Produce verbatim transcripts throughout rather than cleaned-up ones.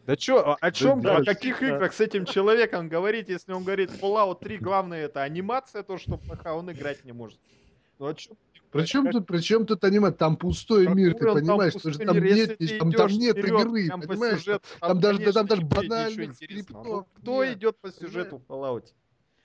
Да чё, о чем, Да, о каких действительно. играх с этим человеком говорить, если он говорит, Fallout три главное это анимация, то, что пока он играть не может. Ну о чем говорить? Причем Как тут, причем тут аниме? Там пустой мир, ты Какой он там понимаешь? Потому что пустой там мир, нет, если нич- ты там, там идешь нет вперед игры, прям по понимаешь? Там, сюжету, там, там даже, да, там конечно, даже не будет ничего банальных интересного. Ну скриптов кто нет, идет по понимаешь? сюжету в Fallout?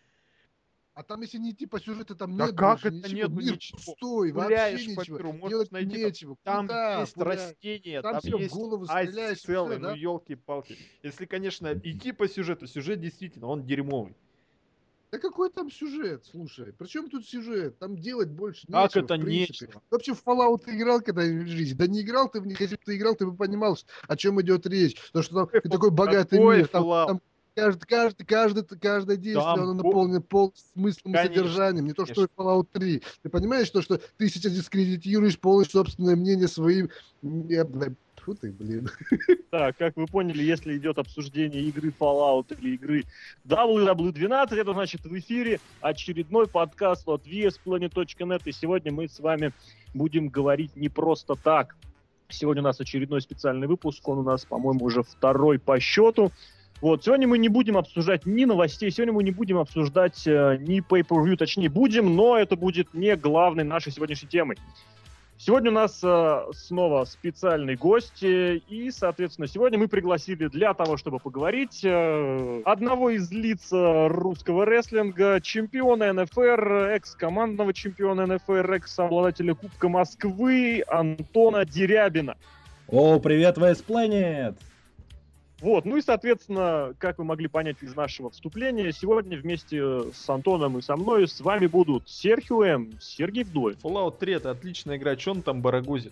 А там, если не идти по сюжету, там Да нет как больше это ничего. нету Мир ничего? пустой, вообще Гуляешь по ничего. миру, можешь Делать найти там. нечего. Там Куда есть гулять? растения, Сам там себе в есть голову айс стреляешь и все, целый, ну да? елки-палки. Если, конечно, идти по сюжету, сюжет действительно, он дерьмовый. Да какой там сюжет, слушай? Причем тут сюжет? Там делать больше Как нечего, в это принципе. нечего? Вообще в Fallout ты играл когда-нибудь в жизни? Да не играл ты в них, если бы ты играл, ты бы понимал, о чем идет речь. То, что там и такой богатый Какой мир, там, Fallout? там каждый, каждый, каждый, каждое действие, Там, оно го- наполнено полным смыслом и конечно, содержанием. Не то, что и конечно. Fallout три. Ты понимаешь, то, что ты сейчас дискредитируешь полностью собственное мнение своим... Я, бля, Фу ты, блин. Да, как вы поняли, если идет обсуждение игры Fallout или игры дабл ю дабл ю двенадцать, это значит в эфире очередной подкаст от ви эс планет точка нет, и сегодня мы с вами будем говорить не просто так. Сегодня у нас очередной специальный выпуск, он у нас, по-моему, уже второй по счету. Вот, сегодня мы не будем обсуждать ни новостей, сегодня мы не будем обсуждать э, ни pay-per-view, точнее будем, но это будет не главной нашей сегодняшней темой. Сегодня у нас э, снова специальный гость, э, и, соответственно, сегодня мы пригласили для того, чтобы поговорить э, одного из лиц э, русского рестлинга, чемпиона эн эф эр, экс-командного чемпиона эн эф эр, экс-обладателя Кубка Москвы Антона Дерябина. О, привет, ви эс Planet! Вот, ну и, соответственно, как вы могли понять из нашего вступления, сегодня вместе с Антоном и со мной с вами будут Серхио М, Сергей Вдоев. Fallout три это отличная игра, что он там барагозит?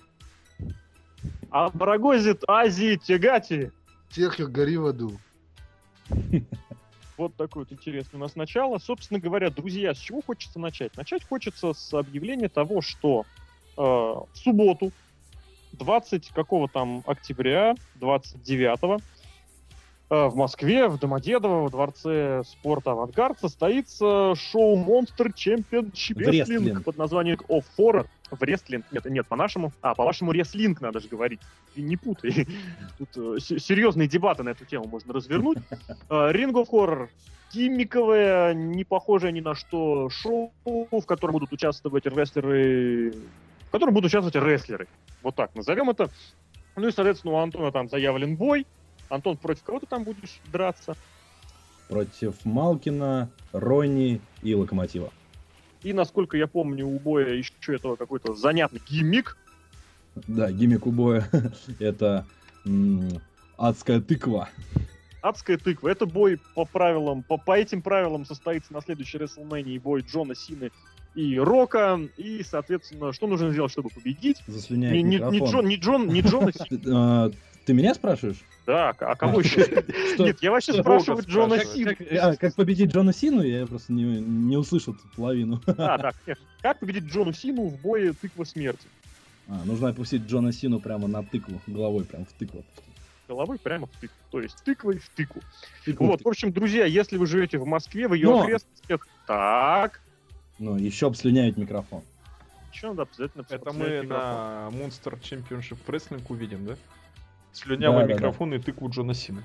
А барагозит Азии Тегати. Серхио, гори в аду. Вот такое вот интересное у нас начало. Собственно говоря, друзья, с чего хочется начать? Начать хочется с объявления того, что э, в субботу, двадцатого какого там октября, двадцать девятого, э, в Москве, в Домодедово, в Дворце спорта «Авангард» состоится шоу Monster Championship Wrestling Wrestling. под названием Of Horror. В рестлинг. Нет, нет, по-нашему. А, по-вашему, рестлинг надо же говорить. И не путай. Тут э, с- серьезные дебаты на эту тему можно развернуть. Э, Ring of Horror. Гиммиковое, не похожее ни на что шоу, в котором будут участвовать рестлеры... В котором будут участвовать рестлеры. Вот так назовем это. Ну и, соответственно, у Антона там заявлен бой. Антон, против кого ты там будешь драться? Против Малкина, Ронни и Локомотива. И, насколько я помню, у боя еще этого какой-то занятный гиммик. Да, гиммик у боя — это м, адская тыква. Адская тыква. Это бой по правилам, по, по этим правилам состоится на следующей WrestleMania бой Джона Сины и Рока. И, соответственно, что нужно сделать, чтобы победить? Не, Заслюняет не, не микрофон. Джон, не Джон, не Джона Сина. Ты, а, ты меня спрашиваешь? Да, а кого еще? Что- Нет, я вообще что спрашиваю Бога Джона спрашивает? Сину. Как, а, как победить Джона Сину? Я просто не, не услышал тут половину. А, да, конечно. Как победить Джону Сину в бое тыква смерти? А, нужно опустить Джона Сину прямо на тыкву, головой прям в тыкву. Головой прямо в тыкву. То есть тыквой в тыку. Тыкву в Вот, в тыкву. общем, друзья, если вы живете в Москве, в ее Но- окрестностях, так, Ну, еще обслюняет микрофон. еще надо обязательно Это посмотреть мы микрофон. на Monster Championship Wrestling увидим, да? Слюнявый Да, да, микрофон и тыкву Джона Сины.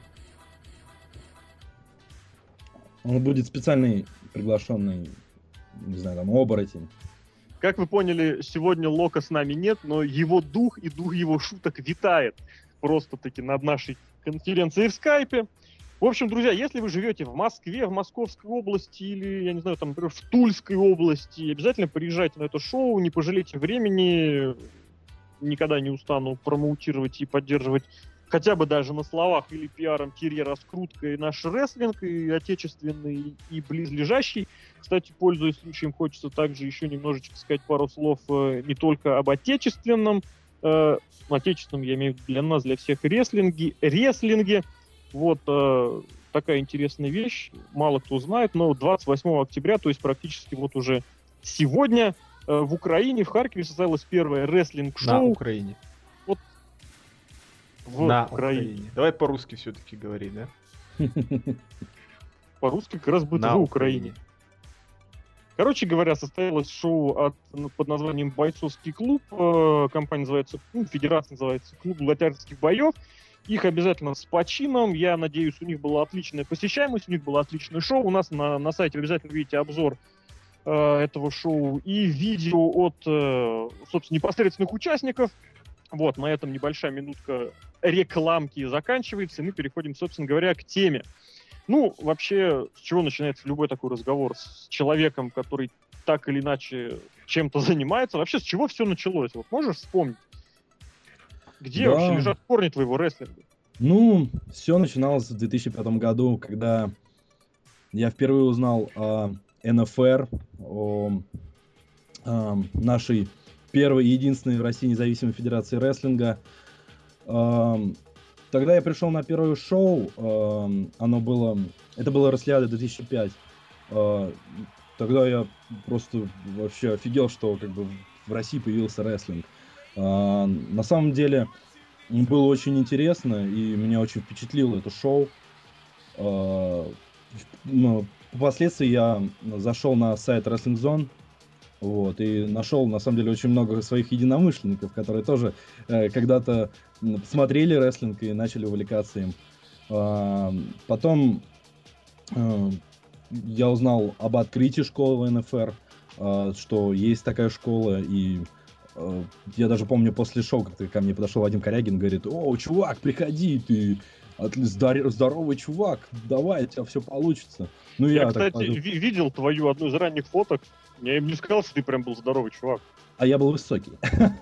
Он будет специальный приглашенный, не знаю, там, оборотень. Как вы поняли, сегодня Лока с нами нет, но его дух и дух его шуток витает просто-таки над нашей конференцией в скайпе. В общем, друзья, если вы живете в Москве, в Московской области или, я не знаю, там, например, в Тульской области, обязательно приезжайте на это шоу, не пожалейте времени. Никогда не устану промоутировать и поддерживать хотя бы даже на словах или пиаром, тире, раскруткой наш рестлинг, и отечественный, и близлежащий. Кстати, пользуясь случаем, хочется также еще немножечко сказать пару слов э, не только об отечественном, э, отечественном, я имею в виду для нас, для всех рестлинге, рестлинге. Вот э, такая интересная вещь, мало кто знает, но двадцать восьмого октября, то есть практически вот уже сегодня, э, в Украине, в Харькове состоялось первое На рестлинг-шоу Украине. в На Украине. Украине. Давай по-русски все-таки говори, да? По-русски как раз будет На в Украине. Короче говоря, состоялось шоу от, ну, под названием «Бойцовский клуб». Э, компания называется, ну, федерация называется «Клуб латярских боев». их обязательно с почином. Я надеюсь, у них была отличная посещаемость, у них было отличное шоу. У нас на, на сайте обязательно увидите обзор э, этого шоу и видео от, э, собственно, непосредственных участников. Вот, на этом небольшая минутка рекламки заканчивается, и мы переходим, собственно говоря, к теме. Ну, вообще, с чего начинается любой такой разговор с человеком, который так или иначе чем-то занимается? Вообще, с чего все началось? Вот можешь вспомнить? Где Да. вообще лежат корни твоего рестлинга? Ну, все начиналось в две тысячи пятом году, когда я впервые узнал о эн эф эр, о, о нашей первой и единственной в России независимой федерации рестлинга. Эм, Тогда я пришел на первое шоу, эм, оно было, это было Рестлиада две тысячи пятый. Э, Тогда я просто вообще офигел, что как бы в России появился рестлинг. Э, На самом деле было очень интересно, и меня очень впечатлило это шоу. Э, ну, Впоследствии я зашел на сайт Wrestling Zone, вот, и нашел, на самом деле, очень много своих единомышленников, которые тоже э, когда-то м, смотрели рестлинг и начали увлекаться им. А, потом э, я узнал об открытии школы в эн эф эр, э, что есть такая школа, и э, я даже помню после шоу, как ко мне подошел Вадим Корягин, говорит: «О, чувак, приходи, ты отли- здор- здоровый чувак, давай, у тебя все получится». Ну, Я, я так кстати, подумал. ви- видел твою одну из ранних фоток. Я им не сказал, что ты прям был здоровый чувак. А я был высокий.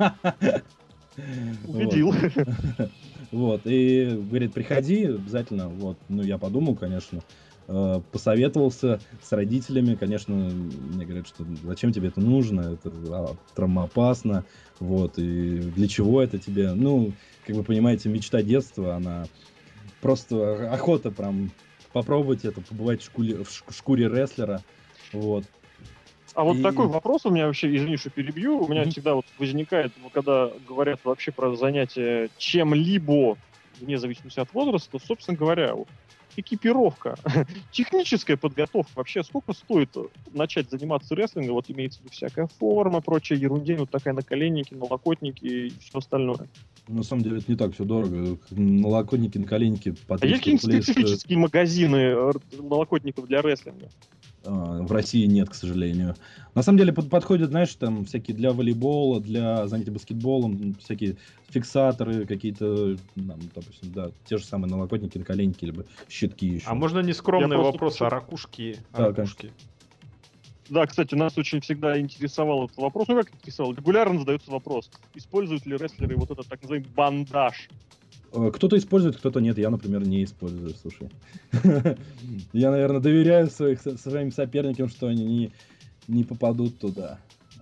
Убедил. Вот. Вот, и говорит: приходи обязательно. Вот, ну, я подумал, конечно, э, посоветовался с родителями, конечно, мне говорят, что зачем тебе это нужно, это а, травмоопасно, вот, и для чего это тебе? Ну, как вы понимаете, мечта детства, она просто охота прям попробовать это, побывать в шкуре, в ш- шкуре рестлера, вот. А вот И- такой вопрос у меня вообще, извини, что перебью, у меня Мгм. всегда вот возникает, ну, когда говорят вообще про занятие чем-либо, вне зависимости от возраста, собственно говоря, вот экипировка, техническая подготовка, вообще сколько стоит начать заниматься рестлингом, вот имеется в виду всякая форма, прочая ерундень, вот такая наколенники, налокотники и все остальное. На самом деле это не так все дорого. Налокотники, наколенники по А есть триста какие-нибудь рублей стоят. специфические магазины э, налокотников для рестлинга? А, В России нет, к сожалению. На самом деле под- подходят, знаешь, там всякие для волейбола, для занятий баскетболом, м, всякие фиксаторы какие-то, там, допустим, да, те же самые налокотники, наколенники, либо щитки еще. А можно нескромный Я просто вопрос почему- о ракушке? О Да, ракушке. Да, кстати, нас очень всегда интересовал этот вопрос. Ну, как интересовал? Регулярно задается вопрос, используют ли рестлеры вот этот так называемый бандаж? Э, Кто-то использует, кто-то нет. Я, например, не использую, слушай. Я, наверное, доверяю своих, своим соперникам, что они не, не попадут туда.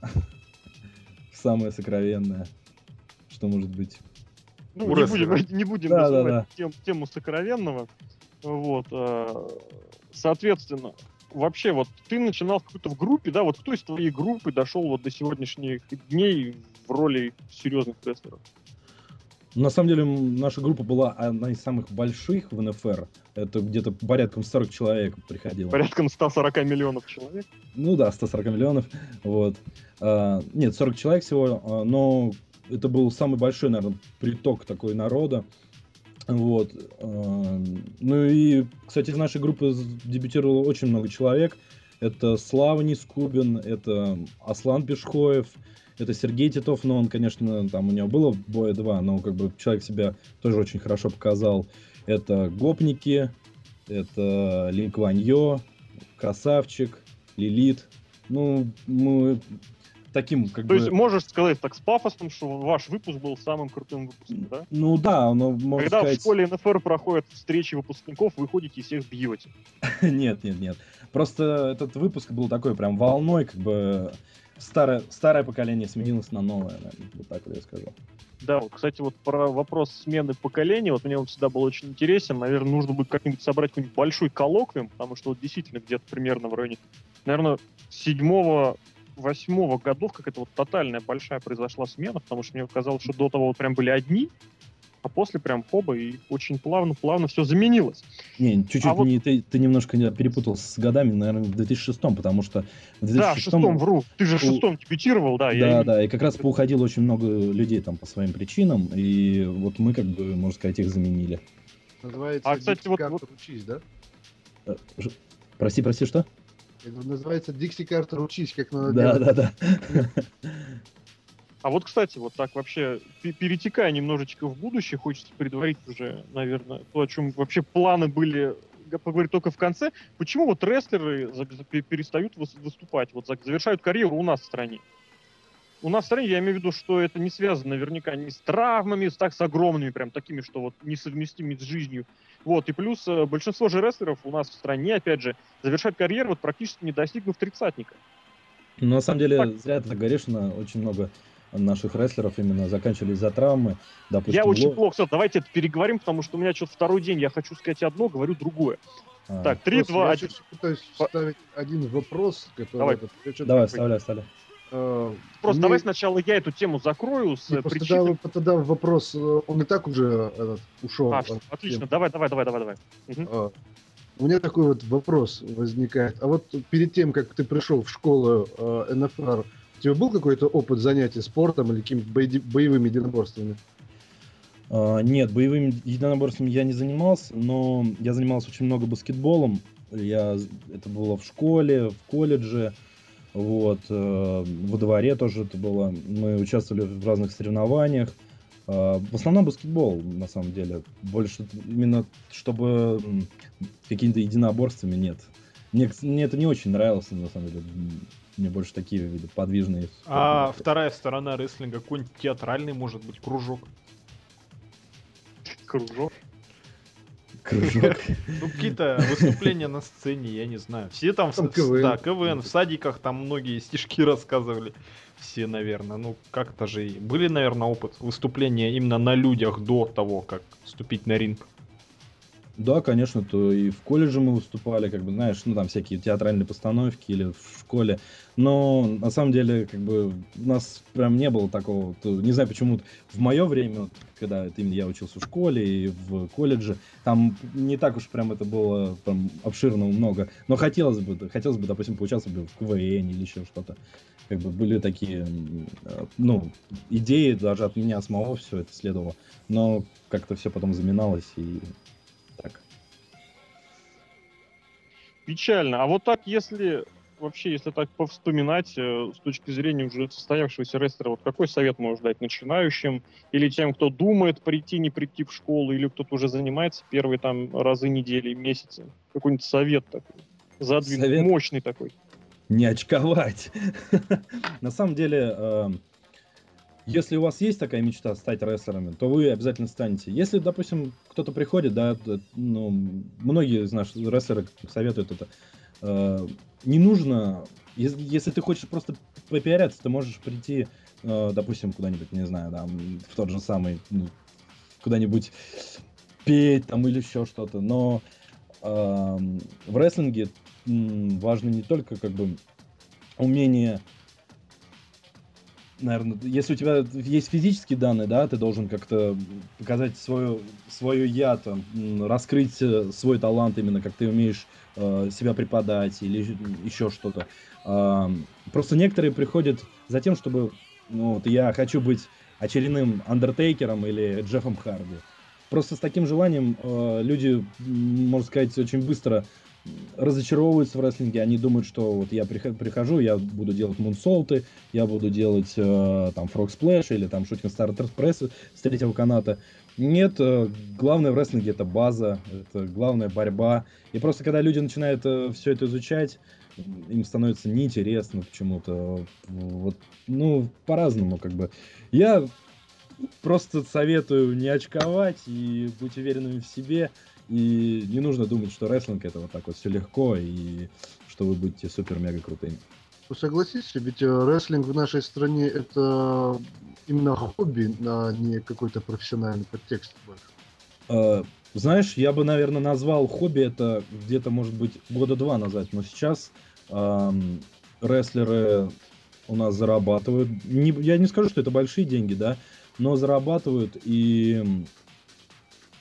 В самое сокровенное, что может быть. Ну, У не рестлера. будем, не будем Да, да, развивать тем- тему сокровенного. Вот. э, Соответственно, вообще, вот ты начинал в какой-то в группе, да, вот кто из твоей группы дошел вот до сегодняшних дней в роли серьезных рестлеров? На самом деле, м, наша группа была одна из самых больших в эн эф эр. Это где-то порядком сорок человек приходило. Порядком ста сорока миллионов человек. Ну да, сто сорок миллионов. Вот. А, нет, сорок человек всего, а, но это был самый большой, наверное, приток такой народа. Вот. а, Ну и, кстати, из нашей группы з- дебютировало очень много человек. Это Слава Нискубин, это Аслан Пешхоев, это Сергей Титов, но он, конечно, там у него было боя два, но как бы человек себя тоже очень хорошо показал. Это Гопники, это Линк Ваньё, Красавчик, Лилит. Ну, мы таким, как То бы... есть можешь сказать так с пафосом, что ваш выпуск был самым крутым выпуском, да? Ну да, но можно Когда сказать... в школе эн эф эр проходят встречи выпускников, вы ходите и всех бьете. Нет, нет, нет. Просто этот выпуск был такой прям волной, как бы старое, старое поколение сменилось на новое, наверное, вот так вот я скажу. Да, вот, кстати, вот про вопрос смены поколений, вот мне он всегда был очень интересен. Наверное, нужно будет как-нибудь собрать какой-нибудь большой коллоквиум, потому что вот действительно где-то примерно в районе, наверное, седьмого, восьмого годов, как это вот тотальная большая произошла смена, потому что мне казалось, что до того вот прям были одни, а после прям хоба, и очень плавно-плавно все заменилось. Не, чуть-чуть А вот- не, ты, ты немножко не перепутал с годами, наверное, в две тысячи шестом, потому что в Да, в шестом вру. Ты же в у- шестом дебютировал, да. я Да, именно- да, и как раз поуходило очень много людей там по своим причинам, и вот мы, как бы, можно сказать, их заменили. Называется А, кстати, Dixie вот- Carter вот- учись, да? Э, ж- Прости, прости, что? Я говорю, называется Дикси Картер учись, как надо Да, делать. да, да. А вот, кстати, вот так вообще, пе- перетекая немножечко в будущее, хочется предварить уже, наверное, то, о чем вообще планы были, г- поговорить только в конце. Почему вот рестлеры за- за- пе- перестают выс- выступать, вот за- завершают карьеру у нас в стране? У нас в стране, я имею в виду, что это не связано наверняка ни с травмами, с, так, с огромными, прям такими, что вот несовместимыми с жизнью. Вот, и плюс э, большинство же рестлеров у нас в стране, опять же, завершают карьеру, вот практически не достигнув тридцатника. Но на самом деле, Так. зря ты так говоришь, на очень много наших рестлеров именно заканчивали из-за травмы. Допустим, Я очень Ло- плохо, Всё, давайте это переговорим, потому что у меня что-то второй день, я хочу сказать одно, говорю другое. А, Так, три, Просто два, я один. сейчас пытаюсь По- вставить один вопрос, который... Давай. этот, я что-то Давай, такой, вставляй, вставляй. э, Просто мне- давай сначала я эту тему закрою с не, э, просто причиной. тогда, тогда вопрос, э, он и так уже этот, ушел. А, от всё, отлично, темы. давай, давай, давай, давай, давай. Мгм. А, У меня такой вот вопрос возникает. А вот перед тем, как ты пришел в школу э, эн эф эр, у тебя был какой-то опыт занятий спортом или какими-то боеди- боевыми единоборствами? А, нет, боевыми единоборствами я не занимался, но я занимался очень много баскетболом. Я, это было в школе, в колледже, вот, э, во дворе тоже это было. Мы участвовали в разных соревнованиях. А, в основном баскетбол, на самом деле. Больше именно, чтобы м, какими-то единоборствами нет. Мне, кс- мне это не очень нравилось, на самом деле. М, Мне больше такие виды подвижные. А вторая сторона рестлинга, какой-нибудь театральный, может быть, кружок. Кружок. Кружок. Ну, какие-то выступления на сцене, я не знаю. Все там, в Там с- КВН. да, КВН, в садиках там многие стишки рассказывали. Все, наверное. Ну, как-то же и были, наверное, опыт выступления именно на людях до того, как вступить на ринг. Да, конечно, то и в колледже мы выступали, как бы, знаешь, ну там всякие театральные постановки или в школе. Но на самом деле, как бы, у нас прям не было такого. То, не знаю, почему в мое время, вот, когда это именно я учился в школе и в колледже, там не так уж прям это было прям обширно много. Но хотелось бы, хотелось бы, допустим, поучаствовать бы в КВН или еще что-то. Как бы были такие, м, э, ну, идеи, даже от меня самого все это следовало. Но как-то все потом заминалось и так. Печально. А вот так, если вообще, если так повспоминать, э, с точки зрения уже состоявшегося рестлера, вот какой совет можешь дать начинающим или тем, кто думает прийти, не прийти в школу, или кто-то уже занимается первые там разы недели, месяцы? Какой-нибудь совет такой, задвинуть, Совет? мощный такой. Не очковать. На самом деле, э, если у вас есть такая мечта стать рестлерами, то вы обязательно станете. Если, допустим, кто-то приходит, да, т- ну, многие из наших рестлеров советуют это, э, не нужно, если, если ты хочешь просто попиариться, ты можешь прийти, э, допустим, куда-нибудь, не знаю, там, в тот же самый, ну, куда-нибудь петь там или еще что-то, но эм, в рестлинге м, важно не только как бы умение, наверное, если у тебя есть физические данные, да, ты должен как-то показать свое, свое я, там, м, раскрыть э, свой талант именно, как ты умеешь э, себя преподать или еще что-то. Ам, просто некоторые приходят за тем, чтобы, ну, вот я хочу быть очередным Андертейкером или Джеффом Харди. Просто с таким желанием э, люди, м, можно сказать, очень быстро разочаровываются в рестлинге. Они думают, что вот я прихожу, прихожу я буду делать мунсолты, я буду делать э, там фрог сплэш или там шутинг стар пресс с третьего каната. Нет, э, главное в рестлинге это база, это главная борьба. И просто когда люди начинают э, все это изучать, им становится неинтересно почему-то. Вот, ну, по-разному как бы. Я просто советую не очковать и быть уверенными в себе. И не нужно думать, что рестлинг это вот так вот все легко, и что вы будете супер-мега крутыми. Ну, согласись, ведь э, рестлинг в нашей стране это именно хобби, а не какой-то профессиональный подтекст больше. Э, Знаешь, я бы, наверное, назвал хобби это где-то, может быть, года два назад, но сейчас эм, рестлеры у нас зарабатывают. Не, я не скажу, что это большие деньги, да, но зарабатывают, и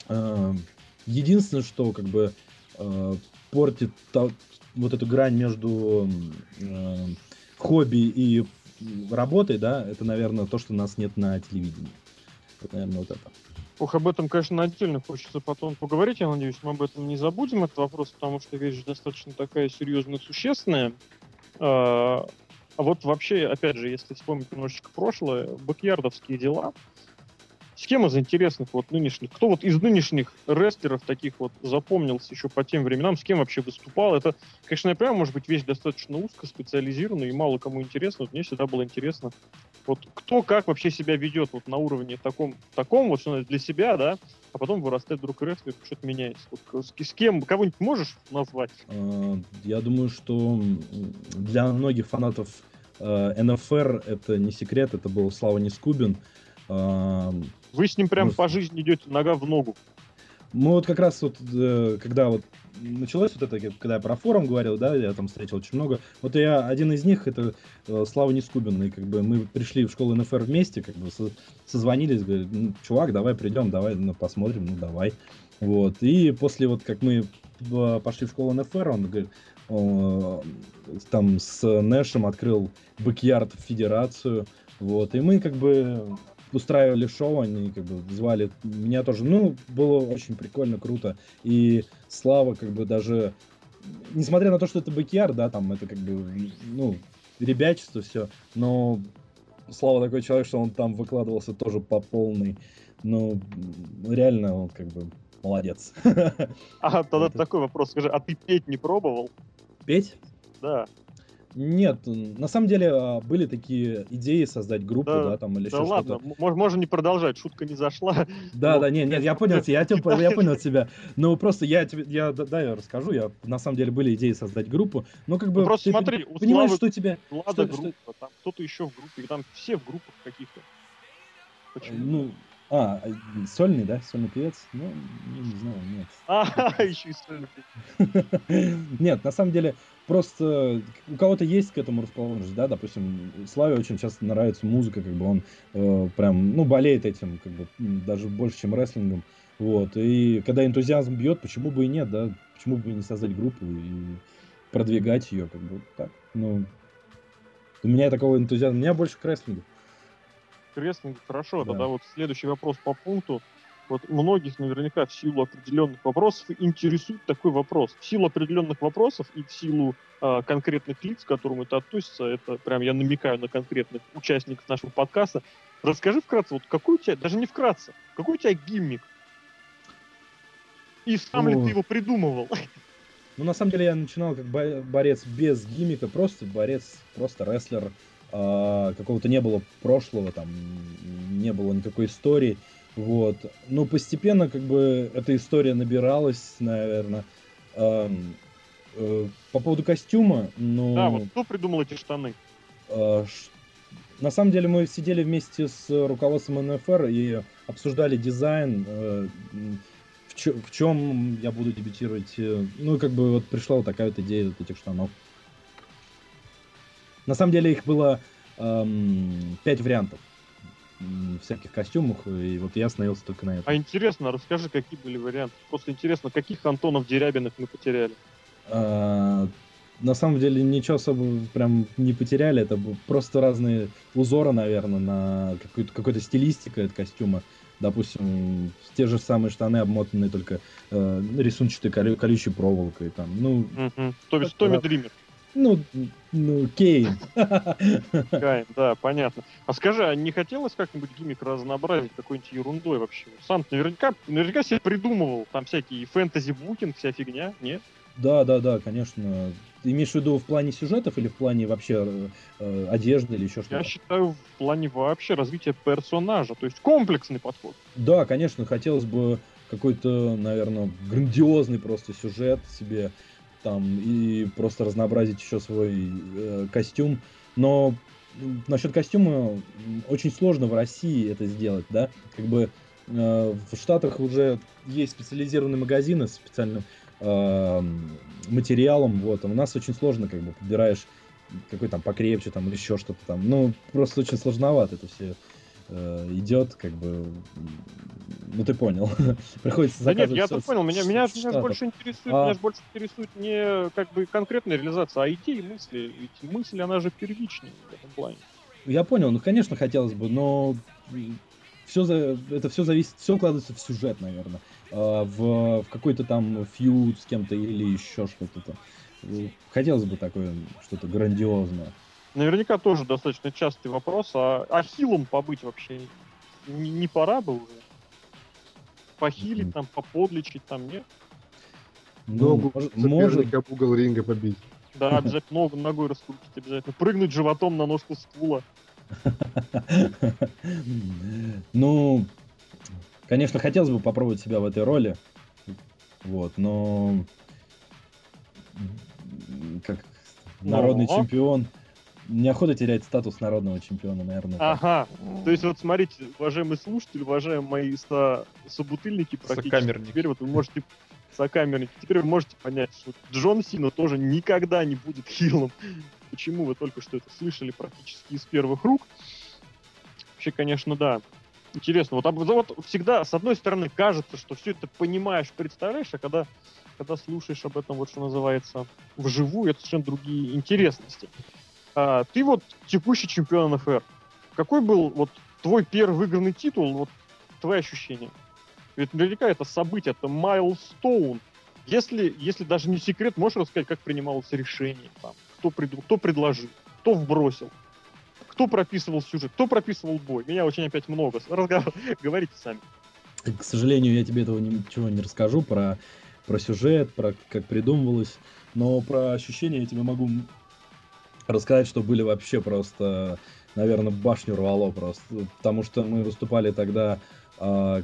Э, единственное, что как бы э, портит та- вот эту грань между э, хобби и работой, да, это, наверное, то, что нас нет на телевидении. Вот, наверное, вот это. Ох, об этом, конечно, отдельно хочется потом поговорить. Я надеюсь, мы об этом не забудем, этот вопрос, потому что вещь достаточно такая серьезная, существенная. А а вот вообще, опять же, если вспомнить немножечко прошлое, бэкьярдовские дела. С кем из интересных вот нынешних, кто вот из нынешних рестлеров таких вот запомнился еще по тем временам, с кем вообще выступал? Это, конечно, я понимаю, может быть, вещь достаточно узкоспециализированная и мало кому интересно. Вот мне всегда было интересно, вот кто как вообще себя ведет вот на уровне таком, таком вот, что для себя, да, а потом вырастает вдруг рестлер, что-то меняется. Вот с, с кем, кого-нибудь можешь назвать? Э, Я думаю, что м, для многих фанатов э, эн эф эр это не секрет, это был Слава Нискубин. Э, Вы с ним прям Ну, по жизни идете нога в ногу. Мы вот как раз вот, э, когда вот началось вот это, когда я про форум говорил, да, я там встретил очень много. Вот я один из них, это э, Слава Нискубин, и как бы мы пришли в школу эн эф эр вместе, как бы со- созвонились, говорят, «Ну, чувак, давай придем, давай, ну, посмотрим, ну, давай. Вот, и после вот, как мы э, пошли в школу эн эф эр, он говорит, э, там с Нэшем открыл бэкьярд федерацию, вот, и мы как бы устраивали шоу, они как бы звали меня тоже. Ну, было очень прикольно, круто. И Слава как бы даже, несмотря на то, что это бэкьярд, да, там это как бы, ну, ребячество все, но Слава такой человек, что он там выкладывался тоже по полной. Ну, реально, он как бы молодец. А тогда Это- такой вопрос, скажи, а ты петь не пробовал? Петь? Да. Нет, на самом деле а, были такие идеи создать группу, Да, да, там или Да еще ладно, что-то. м- мож- можно не продолжать, шутка не зашла. Да, Ну, да, нет, нет, я понял тебя, я, тебя, я да. понял тебя. Ну, просто я тебе, я, да, да, я расскажу, я, на самом деле, были идеи создать группу, но как бы, Ну, просто ты смотри, у понимаешь, Славы что тебе, Влада что, группа, что, там кто-то еще в группе, там все в группах каких-то. Почему? ну, а, а, сольный, да, сольный певец? Ну, не, не знаю, нет. А, еще и сольный певец. Нет, на самом деле, просто у кого-то есть к этому расположенность, да, допустим, Славе очень часто нравится музыка, как бы он э, прям, ну, болеет этим, как бы, м, даже больше, чем рестлингом, вот, и когда энтузиазм бьет, почему бы и нет, да, почему бы и не создать группу и продвигать ее, как бы, так, ну, у меня такого энтузиазма, у меня больше к рестлингу. Интересно, хорошо. Да. Тогда вот следующий вопрос по пункту. Вот многих наверняка в силу определенных вопросов интересует такой вопрос. В силу определенных вопросов и в силу а, конкретных лиц, к которым это относится, это прям я намекаю на конкретных участников нашего подкаста. Расскажи вкратце, вот какой у тебя, даже не вкратце, какой у тебя гиммик? И сам ли О. ты его придумывал? Ну, на самом деле, я начинал как бо- борец без гиммика, просто борец, просто рестлер. А, какого-то не было прошлого, там, не было никакой истории. Вот. Но постепенно, как бы, эта история набиралась, наверное. Ам, э, по поводу костюма, ну... Да, вот кто придумал эти штаны? а, ш- на самом деле, мы сидели вместе с руководством эн эф эр и обсуждали дизайн, э, м, в, чё- в чем я буду дебютировать. э, Ну, и как бы вот пришла вот такая вот идея вот этих штанов. На самом деле их было эм, пять вариантов м, всяких костюмов, и вот я остановился только на этом. А интересно, расскажи, какие были варианты. Просто интересно, каких Антонов Дерябиных мы потеряли. А, на самом деле ничего особо прям не потеряли, это бу- просто разные узоры, наверное, на какую-то, какой-то стилистика от костюма. Допустим, те же самые штаны, обмотанные только э, рисунчатой колю- колючей проволокой. Там. Ну, Мгм. То есть Так, Томми да. Дример. ну, ну, Кейн. Кайн, да, понятно. А скажи, а не хотелось как-нибудь гиммик разнообразить какой-нибудь ерундой вообще? Сам наверняка, наверняка себе придумывал там всякие фэнтези-букинг, вся фигня, нет? Да, да, да, конечно. Ты имеешь в виду в плане сюжетов или в плане вообще э, э, одежды или еще Я что-то? считаю, в плане вообще развития персонажа, то есть комплексный подход. Да, конечно, хотелось бы какой-то, наверное, грандиозный просто сюжет себе там и просто разнообразить еще свой э, костюм. Но м, насчет костюма м, очень сложно в России это сделать, да? Как бы э, в Штатах уже есть специализированные магазины с специальным э, материалом, вот. А у нас очень сложно, как бы подбираешь какой там покрепче там или еще что-то там. Ну, просто очень сложновато это все э, идет, как бы, ну ты понял, приходится Да нет, заказывать я всё тут с- понял, меня, с- меня, с меня ж Штатов. больше интересует, А- меня ж больше интересует не как бы конкретная реализация, а идеи, мысли. Ведь мысль, она же первичнее в этом плане. Я понял, ну, конечно, хотелось бы, но все за, это все зависит, все укладывается в сюжет, наверное, в, в какой-то там фьюд с кем-то или еще что-то там. Ну, хотелось бы такое что-то грандиозное. Наверняка тоже достаточно частый вопрос, а, а хилом побыть вообще не, не пора бы уже? Похилить Мгм. там, поподлечить там, нет? Ну, Ногу может, может, соперника в угол ринга побить. Да, обязательно ногу ногой раскрутить обязательно. Прыгнуть животом на ножку стула. ну, конечно, хотелось бы попробовать себя в этой роли, вот, но м, как народный Но. чемпион, неохота терять статус народного чемпиона, наверное. так. Ага. То есть вот смотрите, уважаемые слушатели, уважаемые мои со- собутыльники практически. Сокамерники. Теперь вот вы можете сокамерники. Теперь вы можете понять, что Джон Сина тоже никогда не будет хилом. Почему вы только что это слышали практически из первых рук? Вообще, конечно, да. Интересно. Вот, об- вот всегда, с одной стороны, кажется, что все это понимаешь, представляешь, а когда, когда слушаешь об этом, вот что называется, вживую, это совершенно другие интересности. А, ты вот текущий чемпион эн эф эр. Какой был вот твой первый выигранный титул, вот твои ощущения? Ведь наверняка это событие, это майлстоун. Если, если даже не секрет, можешь рассказать, как принималось решение, там, кто, приду, кто предложил, кто вбросил, кто прописывал сюжет, кто прописывал бой. Меня очень опять много. Разговор... Говорите сами. К сожалению, я тебе этого ничего не расскажу про, про сюжет, про как придумывалось, но про ощущения я тебе могу рассказать, что были вообще просто, наверное, башню рвало просто, потому что мы выступали тогда а,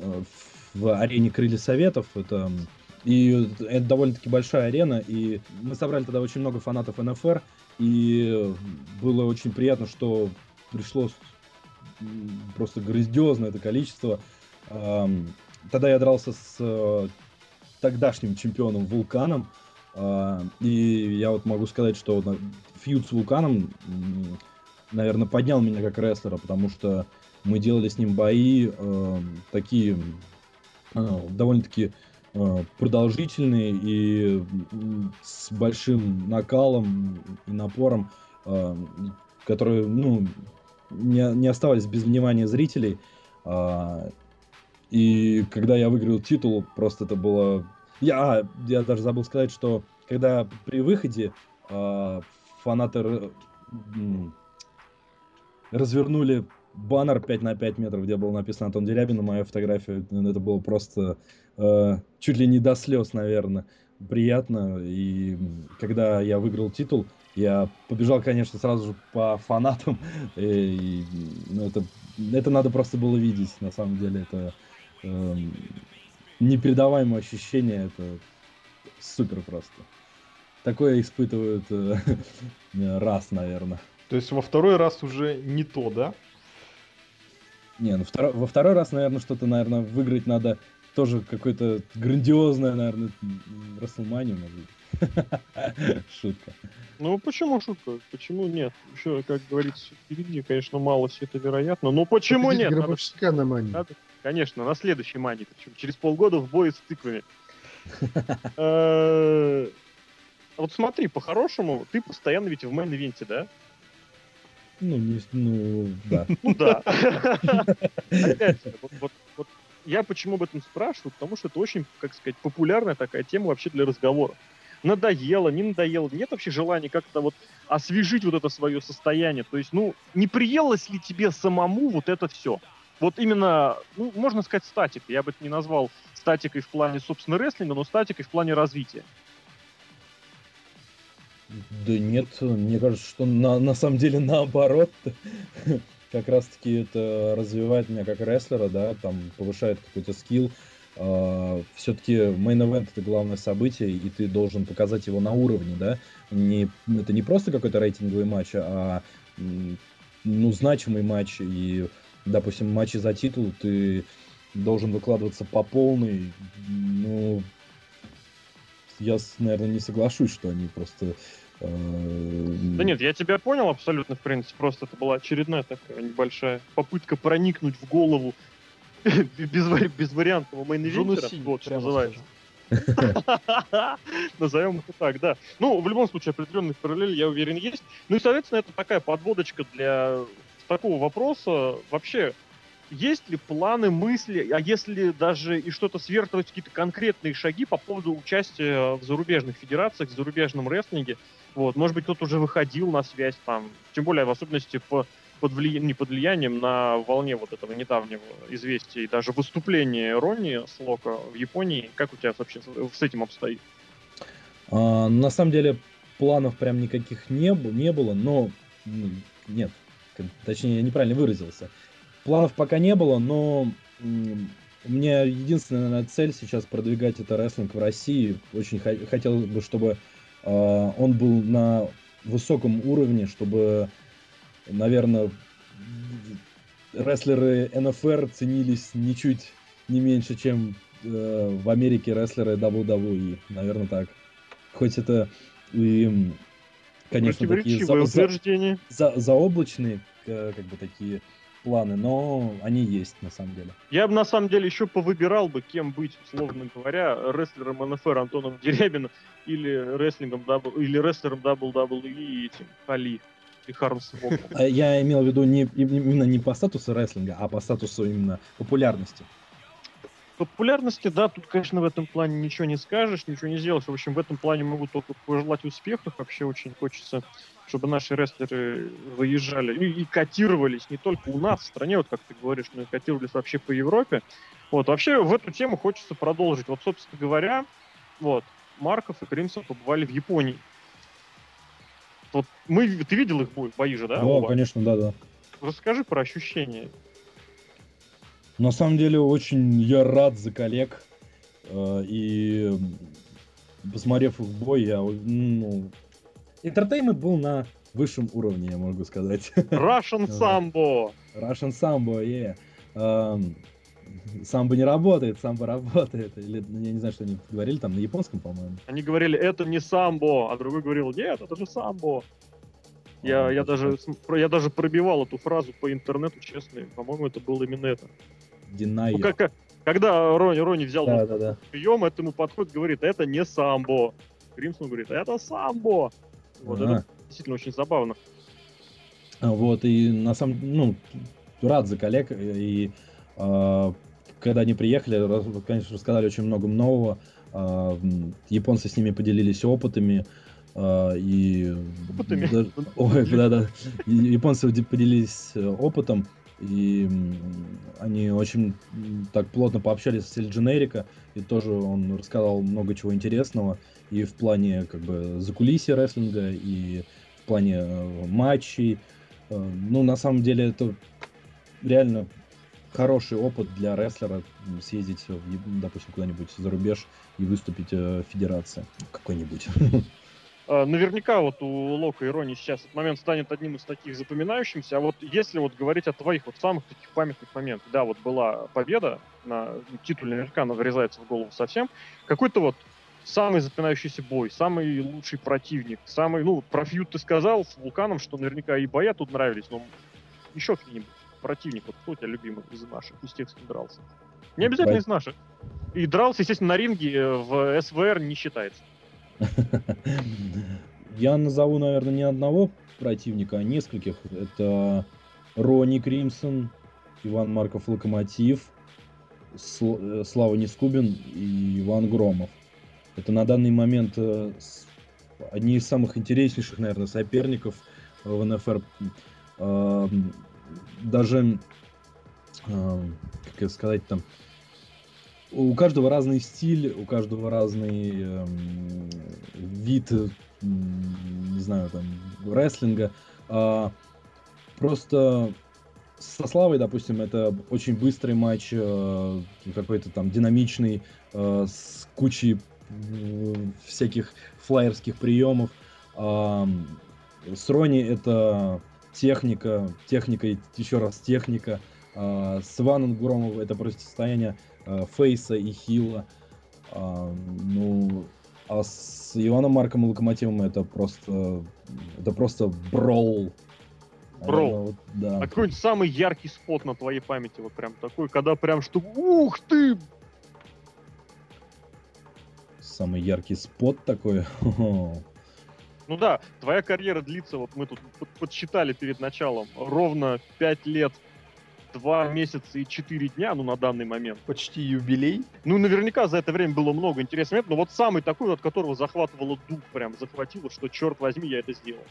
в арене Крылья Советов, это и это довольно-таки большая арена, и мы собрали тогда очень много фанатов эн эф эр, и было очень приятно, что пришло м, просто грандиозное это количество. Ам, Тогда я дрался с э, тогдашним чемпионом Вулканом, а, и я вот могу сказать, что вот на- фьюд с Вулканом, м, наверное, поднял меня как рестлера, потому что мы делали с ним бои э, такие э, довольно-таки э, продолжительные и м, с большим накалом и напором, э, которые, ну, не, не оставались без внимания зрителей. А, и когда я выиграл титул, просто это было... Я, я даже забыл сказать, что когда при выходе а, фанаты р- м, развернули баннер пять на пять метров, где было написано Антон Дерябин, моя фотография, ну, это было просто э, чуть ли не до слез, наверное, приятно. И м, когда я выиграл титул, я побежал, конечно, сразу же по фанатам. И, ну, это, это надо просто было видеть, на самом деле. Это эм, непередаваемое ощущение, это супер просто. Такое испытывают э, раз, наверное. То есть во второй раз уже не то, да? Не, ну второ- во второй раз, наверное, что-то, наверное, выиграть надо тоже какое-то грандиозное, наверное, Расселманию, может быть. Шутка. Ну, почему шутка? Почему нет? Еще, как говорится, впереди, конечно, мало все это вероятно. Но почему Победить нет? Надо- Гробовщика на мане. надо- Конечно, на следующей мане. Причем через полгода в бой с тыквами. Э, Вот смотри, по-хорошему, ты постоянно ведь в мейн-ивенте, да? Ну, не, ну, да. Ну да. Опять же, вот, вот, вот я почему об этом спрашиваю? Потому что это очень, как сказать, популярная такая тема вообще для разговора. Надоело, не надоело, нет вообще желания как-то вот освежить вот это свое состояние. То есть, ну, не приелось ли тебе самому вот это все? Вот именно, ну, можно сказать, статика. Я бы это не назвал статикой в плане, собственно, рестлинга, но статикой в плане развития. Да нет, мне кажется, что на, на самом деле наоборот. Как раз-таки это развивает меня как рестлера, да, там повышает какой-то скилл. Все-таки мейн-эвент — это главное событие, и ты должен показать его на уровне, да. Не, это не просто какой-то рейтинговый матч, а м, ну, значимый матч. И, допустим, матчи за титул ты должен выкладываться по полной. Ну, я, наверное, не соглашусь, что они просто Да нет, я тебя понял абсолютно, в принципе, просто это была очередная такая небольшая попытка проникнуть в голову без, без вариантного мейн-ивентера, вот что называется. Назовем это так, да. Ну, в любом случае, определенных параллель, я уверен, есть. Ну и, соответственно, это такая подводочка для такого вопроса. Вообще, есть ли планы, мысли, а если даже и что-то свертывать, какие-то конкретные шаги по поводу участия в зарубежных федерациях, в зарубежном рестлинге? Вот, может быть, кто-то уже выходил на связь там, тем более в особенности по, под влиянием, не под влиянием, на волне вот этого недавнего известия и даже выступления Ронни с Локо в Японии. Как у тебя вообще с этим обстоит? А, на самом деле планов прям никаких не, не было, но нет, точнее, я неправильно выразился. Планов пока не было, но у меня единственная наверное, цель сейчас продвигать это рестлинг в России. Очень х- хотелось бы, чтобы э, он был на высоком уровне, чтобы, наверное, рестлеры эн эф эр ценились ничуть не меньше, чем э, в Америке рестлеры дабл ю дабл ю и. Наверное, так. Хоть это и, конечно, такие за, утверждения. За, за, заоблачные, как бы такие планы, но они есть на самом деле. Я бы на самом деле еще повыбирал бы, кем быть, условно говоря, рестлером эн эф эр Антоном Дерябиным или рестлингом дабл, или рестлером дабл ю дабл ю и этим Али и Хармсвоком. Я имел в виду не, именно не по статусу рестлинга, а по статусу именно популярности. Популярности, да, тут, конечно, в этом плане ничего не скажешь, ничего не сделаешь. В общем, в этом плане могу только пожелать успехов. Вообще очень хочется, чтобы наши рестлеры выезжали и, и котировались не только у нас в стране, вот как ты говоришь, но и котировались вообще по Европе. Вот, вообще в эту тему хочется продолжить. Вот, собственно говоря, вот, Марков и Кримсон побывали в Японии. Вот мы, ты видел их бои же, да? Да, оба? Конечно, да, да. Расскажи про ощущения. На самом деле, очень я рад за коллег. Э, и посмотрев их бой, я, ну... Entertainment был на высшем уровне, я могу сказать. Russian Sambo! Russian Sambo, yeah. Um, самбо не работает, самбо работает. Или, я не знаю, что они говорили там на японском, по-моему. Они говорили, это не самбо, а другой говорил, нет, это же самбо. Я, а, я, даже, я даже пробивал эту фразу по интернету, честно. По-моему, это было именно это. Deny. Ну, как, когда Рони, Рони взял да, вот да, да. прием, этому подходит, говорит, это не самбо. Кримсон говорит, это самбо. Вот А-а. это действительно очень забавно. Вот, и на самом ну, рад за коллег. И э, когда они приехали, конечно, рассказали очень много нового. Э, японцы с ними поделились опытами. Э, и опытами? Даже, ой, да, да. Японцы поделились опытом. И они очень так плотно пообщались с Эль Дженерика, и тоже он рассказал много чего интересного и в плане как бы закулисья рестлинга, и в плане э, матчей. Э, ну, на самом деле, это реально хороший опыт для рестлера съездить, в, допустим, куда-нибудь за рубеж и выступить в федерации какой-нибудь. Наверняка вот у Лока и Рони сейчас этот момент станет одним из таких запоминающимся. А вот если вот говорить о твоих вот самых таких памятных моментах, да, вот была победа на титуле, наверняка она врезается в голову совсем. Какой-то вот самый запоминающийся бой, самый лучший противник, самый, ну, про фьюд ты сказал с Вулканом, что наверняка и боя тут нравились, но еще какие-нибудь противник, вот кто у тебя любимый из наших, из тех, с кем дрался? Не обязательно из наших. И дрался, естественно, на ринге в эс вэ эр не считается. Я назову, наверное, не одного противника, а нескольких. Это Ронни Кримсон, Иван Марков Локомотив, Слава Нискубин и Иван Громов. Это на данный момент одни из самых интереснейших, наверное, соперников в эн эф эр. Даже, как сказать там, у каждого разный стиль, у каждого разный э, вид, э, не знаю, там, рестлинга. А, просто со Славой, допустим, это очень быстрый матч, э, какой-то там динамичный, э, с кучей э, всяких флайерских приемов. А, с Ронни это техника, техника и еще раз техника. А, с Иваном Громовым это противостояние Фейса и Хилла. А, ну, а с с Иваном Марком и Локомотивом это просто, это просто брол. Брол. Наверное, вот, да. А какой-нибудь самый яркий спот на твоей памяти, вот прям такой, когда прям что, ух ты! Самый яркий спот такой. Ну да, твоя карьера длится, вот мы тут под- подсчитали перед началом, ровно пять лет, два месяца и четыре дня, ну на данный момент. Почти юбилей. Ну наверняка за это время было много интересных моментов, но вот самый такой, от которого захватывало дух, прям захватило, что черт возьми, я это сделал.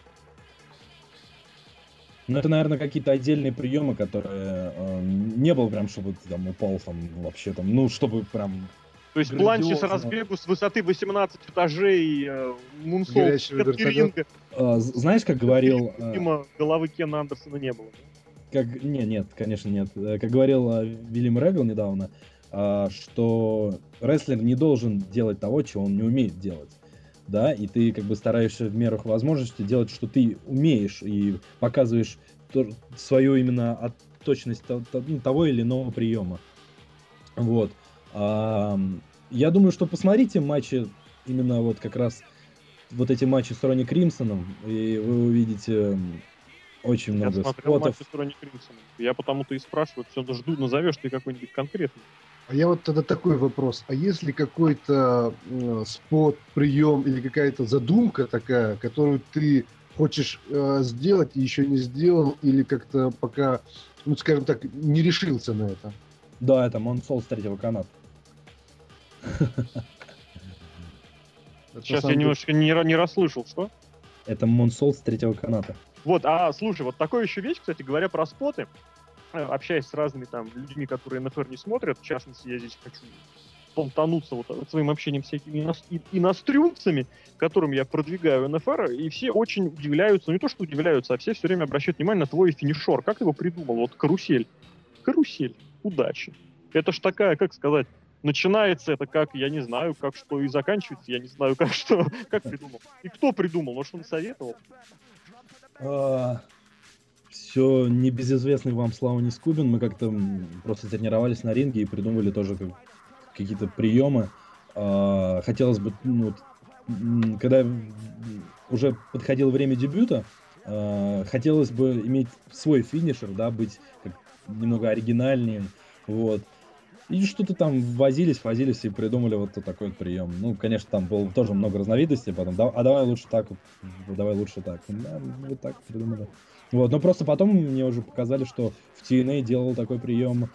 Ну, это, наверное, какие-то отдельные приемы, которые э, не было прям, чтобы ты там упал там вообще там, ну, чтобы прям... То есть планчи с Грандиозно. разбегу с высоты восемнадцать этажей, э, мунсолт, Горящего Катеринга, э, знаешь, как говорил... э, мимо головы Кена Андерсона не было. как... Не, нет, конечно, нет. Э, Как говорил э, Вильям Регл недавно, э, что рестлер не должен делать того, чего он не умеет делать. Да, и ты как бы стараешься в меру возможности делать, что ты умеешь, и показываешь то- свою именно от- точность то- то- ну, того или иного приема. Вот. Ам, я думаю, что посмотрите матчи, именно вот как раз вот эти матчи с Ронни Кримсоном, и вы увидите м, очень Я много смотрел матч спотов. с Ронни Кримсоном. Я потому-то и спрашиваю, все жду, назовешь ты какой-нибудь конкретный. А я вот тогда такой вопрос. А если какой-то э, спот, прием или какая-то задумка такая, которую ты хочешь э, сделать и еще не сделал, или как-то пока, ну, скажем так, не решился на это? Да, это Монсол с третьего каната. Это Сейчас на я самом немножечко не, ра- не расслышал, что? Это Монсол с третьего каната. Вот, а, слушай, вот такая еще вещь, кстати, говоря про споты, э, общаясь с разными там людьми, которые эн эф эр не смотрят, в частности, я здесь хочу понтануться вот э, своим общением с всякими ино- и- инострунцами, которым я продвигаю эн эф эр, и все очень удивляются, ну не то что удивляются, а все все время обращают внимание на твой финишер. Как ты его придумал? Вот карусель. Карусель. Удачи. Это ж такая, как сказать, начинается это как, я не знаю, как что, и заканчивается, я не знаю, как что, как придумал. И кто придумал? Может, он советовал? Все небезызвестный вам Слава Нискубин. Мы как-то м, просто тренировались на ринге и придумывали тоже как- какие-то приемы. А, Хотелось бы, ну, вот, м, когда м, уже подходило время дебюта, а, хотелось бы иметь свой финишер, да, быть как немного оригинальнее, вот. И что-то там возились, возились и придумали вот такой вот прием. Ну, конечно, там было тоже много разновидностей, потом, да, а давай лучше так, вот, давай лучше так. Да, вот так придумали. Вот, но просто потом мне уже показали, что в ти эн эй делал такой прием,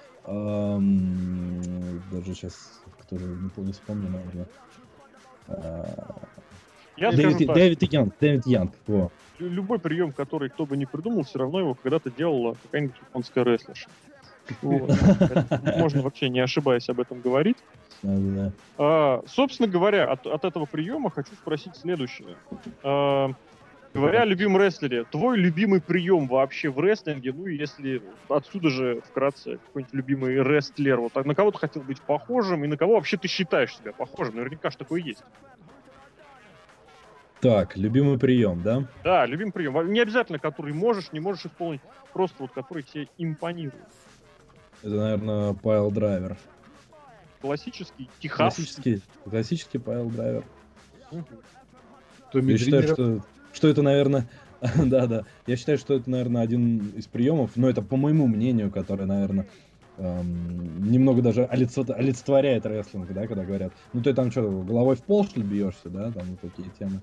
эм, даже сейчас тоже не помню, не вспомню, наверное. А, Я Дэвид, скажу так, Дэвид Янг, Дэвид Янг, во. лю- любой прием, который кто бы ни придумал, все равно его когда-то делала какая-нибудь японская рестлерша. Вот. Это можно вообще не ошибаясь об этом говорить. Да-да-да. А, собственно говоря, от, от этого приема хочу спросить следующее. А, говоря о любимом рестлере, твой любимый прием вообще в рестлинге, ну и если отсюда же вкратце какой-нибудь любимый рестлер, вот так, на кого ты хотел быть похожим и на кого вообще ты считаешь себя похожим? Наверняка ж такое есть. Так, любимый прием, да? Да, любимый прием. Не обязательно, который можешь, не можешь исполнить, просто вот который тебе импонирует. Это, наверное, пайл драйвер. Классический, техасский. Классический, классический пайл драйвер. Мгм. Томми Я считаю, Дринер. что, что это, наверное, да, да. Я считаю, что это, наверное, один из приемов, но это по моему мнению, который, наверное, эм, немного даже олицо- олицетворяет рестлинг, да, когда говорят, ну ты там что, головой в пол, что ли, бьешься, да, там вот такие темы.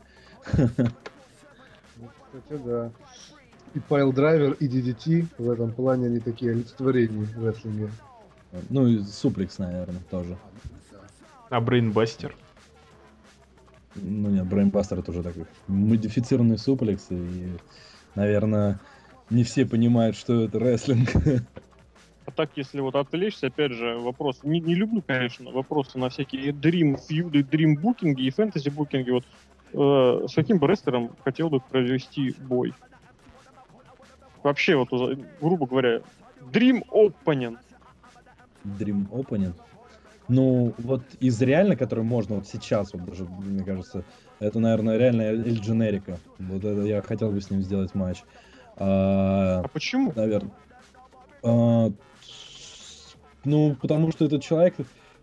Ну, кстати, да. И Пайл Драйвер, и ди ди ти в этом плане они такие олицетворения в рестлинге. Ну и суплекс, наверное, тоже. А Брейнбастер? Ну нет, Брейнбастер это уже такой модифицированный суплекс, и, наверное, не все понимают, что это рестлинг. А так, если вот отвлечься, опять же, вопрос. Не, не люблю, конечно, вопросы на всякие Dream фьюды, Dream букинги и фэнтези букинги. Вот э, с каким бы рестлером хотел бы провести бой? Вообще, вот, э, грубо говоря, Dream Opponent. Dream Opening. Ну, вот из реально, который можно вот сейчас, вот даже, мне кажется, это, наверное, реально Эль Дженерика. Вот это я хотел бы с ним сделать матч. А, А почему? наверное. А, ну, потому что этот человек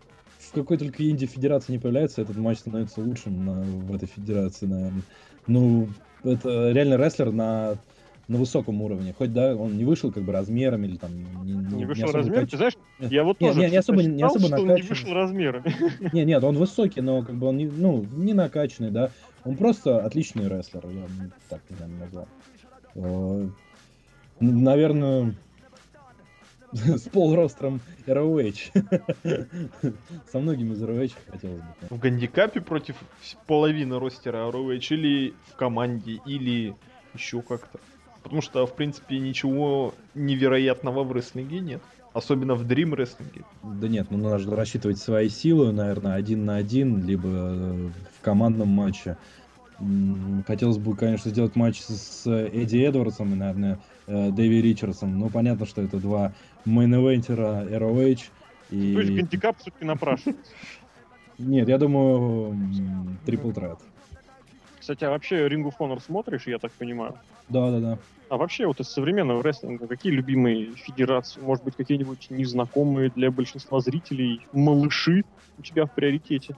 в какой только инди-федерации не появляется, этот матч становится лучшим на, в этой федерации, наверное. Ну, это реально рестлер на, на высоком уровне. Хоть, да, он не вышел как бы размером или там... Не, не, не вышел не размером? кач... Ты знаешь, нет, я вот нет, тоже нет, не особо, не считал, особо что он накачан. не вышел размерами. Не, нет, он высокий, но как бы он не, ну, не накачанный, да. Он просто отличный рестлер, я бы так, наверное, назвал. Э, Наверное, с полростром эр о эйч. Со многими из эр о эйч хотелось бы. В гандикапе против половины ростера ар о эйч или в команде, или еще как-то. Потому что, в принципе, ничего невероятного в рестлинге нет. Особенно в Dream рестлинге. Да нет, ну нужно рассчитывать свои силы, наверное, один на один, либо э, в командном матче. М, Хотелось бы, конечно, сделать матч с Эдди Эдвардсом и, наверное, э, Дэви Ричардсом. Ну, понятно, что это два мейн-эвентера эр о эйч. То есть И... гандикап все-таки напрашивается. Нет, я думаю, трипл трет. Кстати, а вообще Ring of Honor смотришь, я так понимаю? Да-да-да. А вообще вот из современного рестлинга какие любимые федерации? Может быть, какие-нибудь незнакомые для большинства зрителей малыши у тебя в приоритете?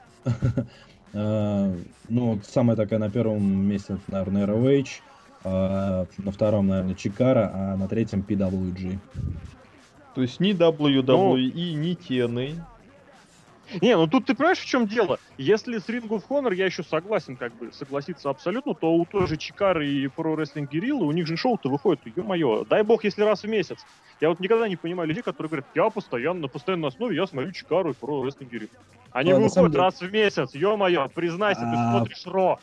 Э, Ну, вот самая такая на первом месте, это, наверное, эр о эйч, а на втором, наверное, Чикара, а на третьем пи дабл ю джи. То есть ни дабл ю дабл ю и, ни ти эн эй. Не, ну тут ты понимаешь, в чем дело? Если с Ring of Honor я еще согласен, как бы, согласиться абсолютно, то у той же Чикары и Pro Wrestling Guerrilla, у них же шоу-то выходит, ё-моё, дай бог, если раз в месяц. Я вот никогда не понимаю людей, которые говорят, я постоянно, на постоянной основе, я смотрю Чикару и Pro Wrestling Guerrilla. Они А, на выходят самом деле- раз в месяц, ё-моё, признайся, ты А. смотришь Ро.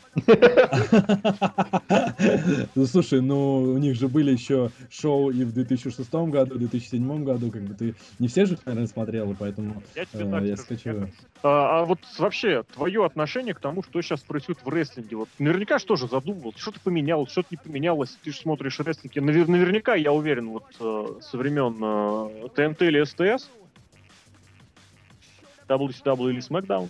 Ну, слушай, ну, у них же были еще шоу и в две тысячи шестом году, и в две тысячи седьмом году, как бы ты не все же, наверное, смотрел, и поэтому Я тебе э, так я скажу, скачиваю. я- А, а вот вообще, твое отношение к тому, что сейчас происходит в рестлинге, вот наверняка что же задумывался, что-то поменялось, что-то не поменялось, ты же смотришь рестлинги, Навер- наверняка, я уверен, вот э, со времен э, тэ эн тэ или эс тэ эс, дабл ю си дабл ю или SmackDown,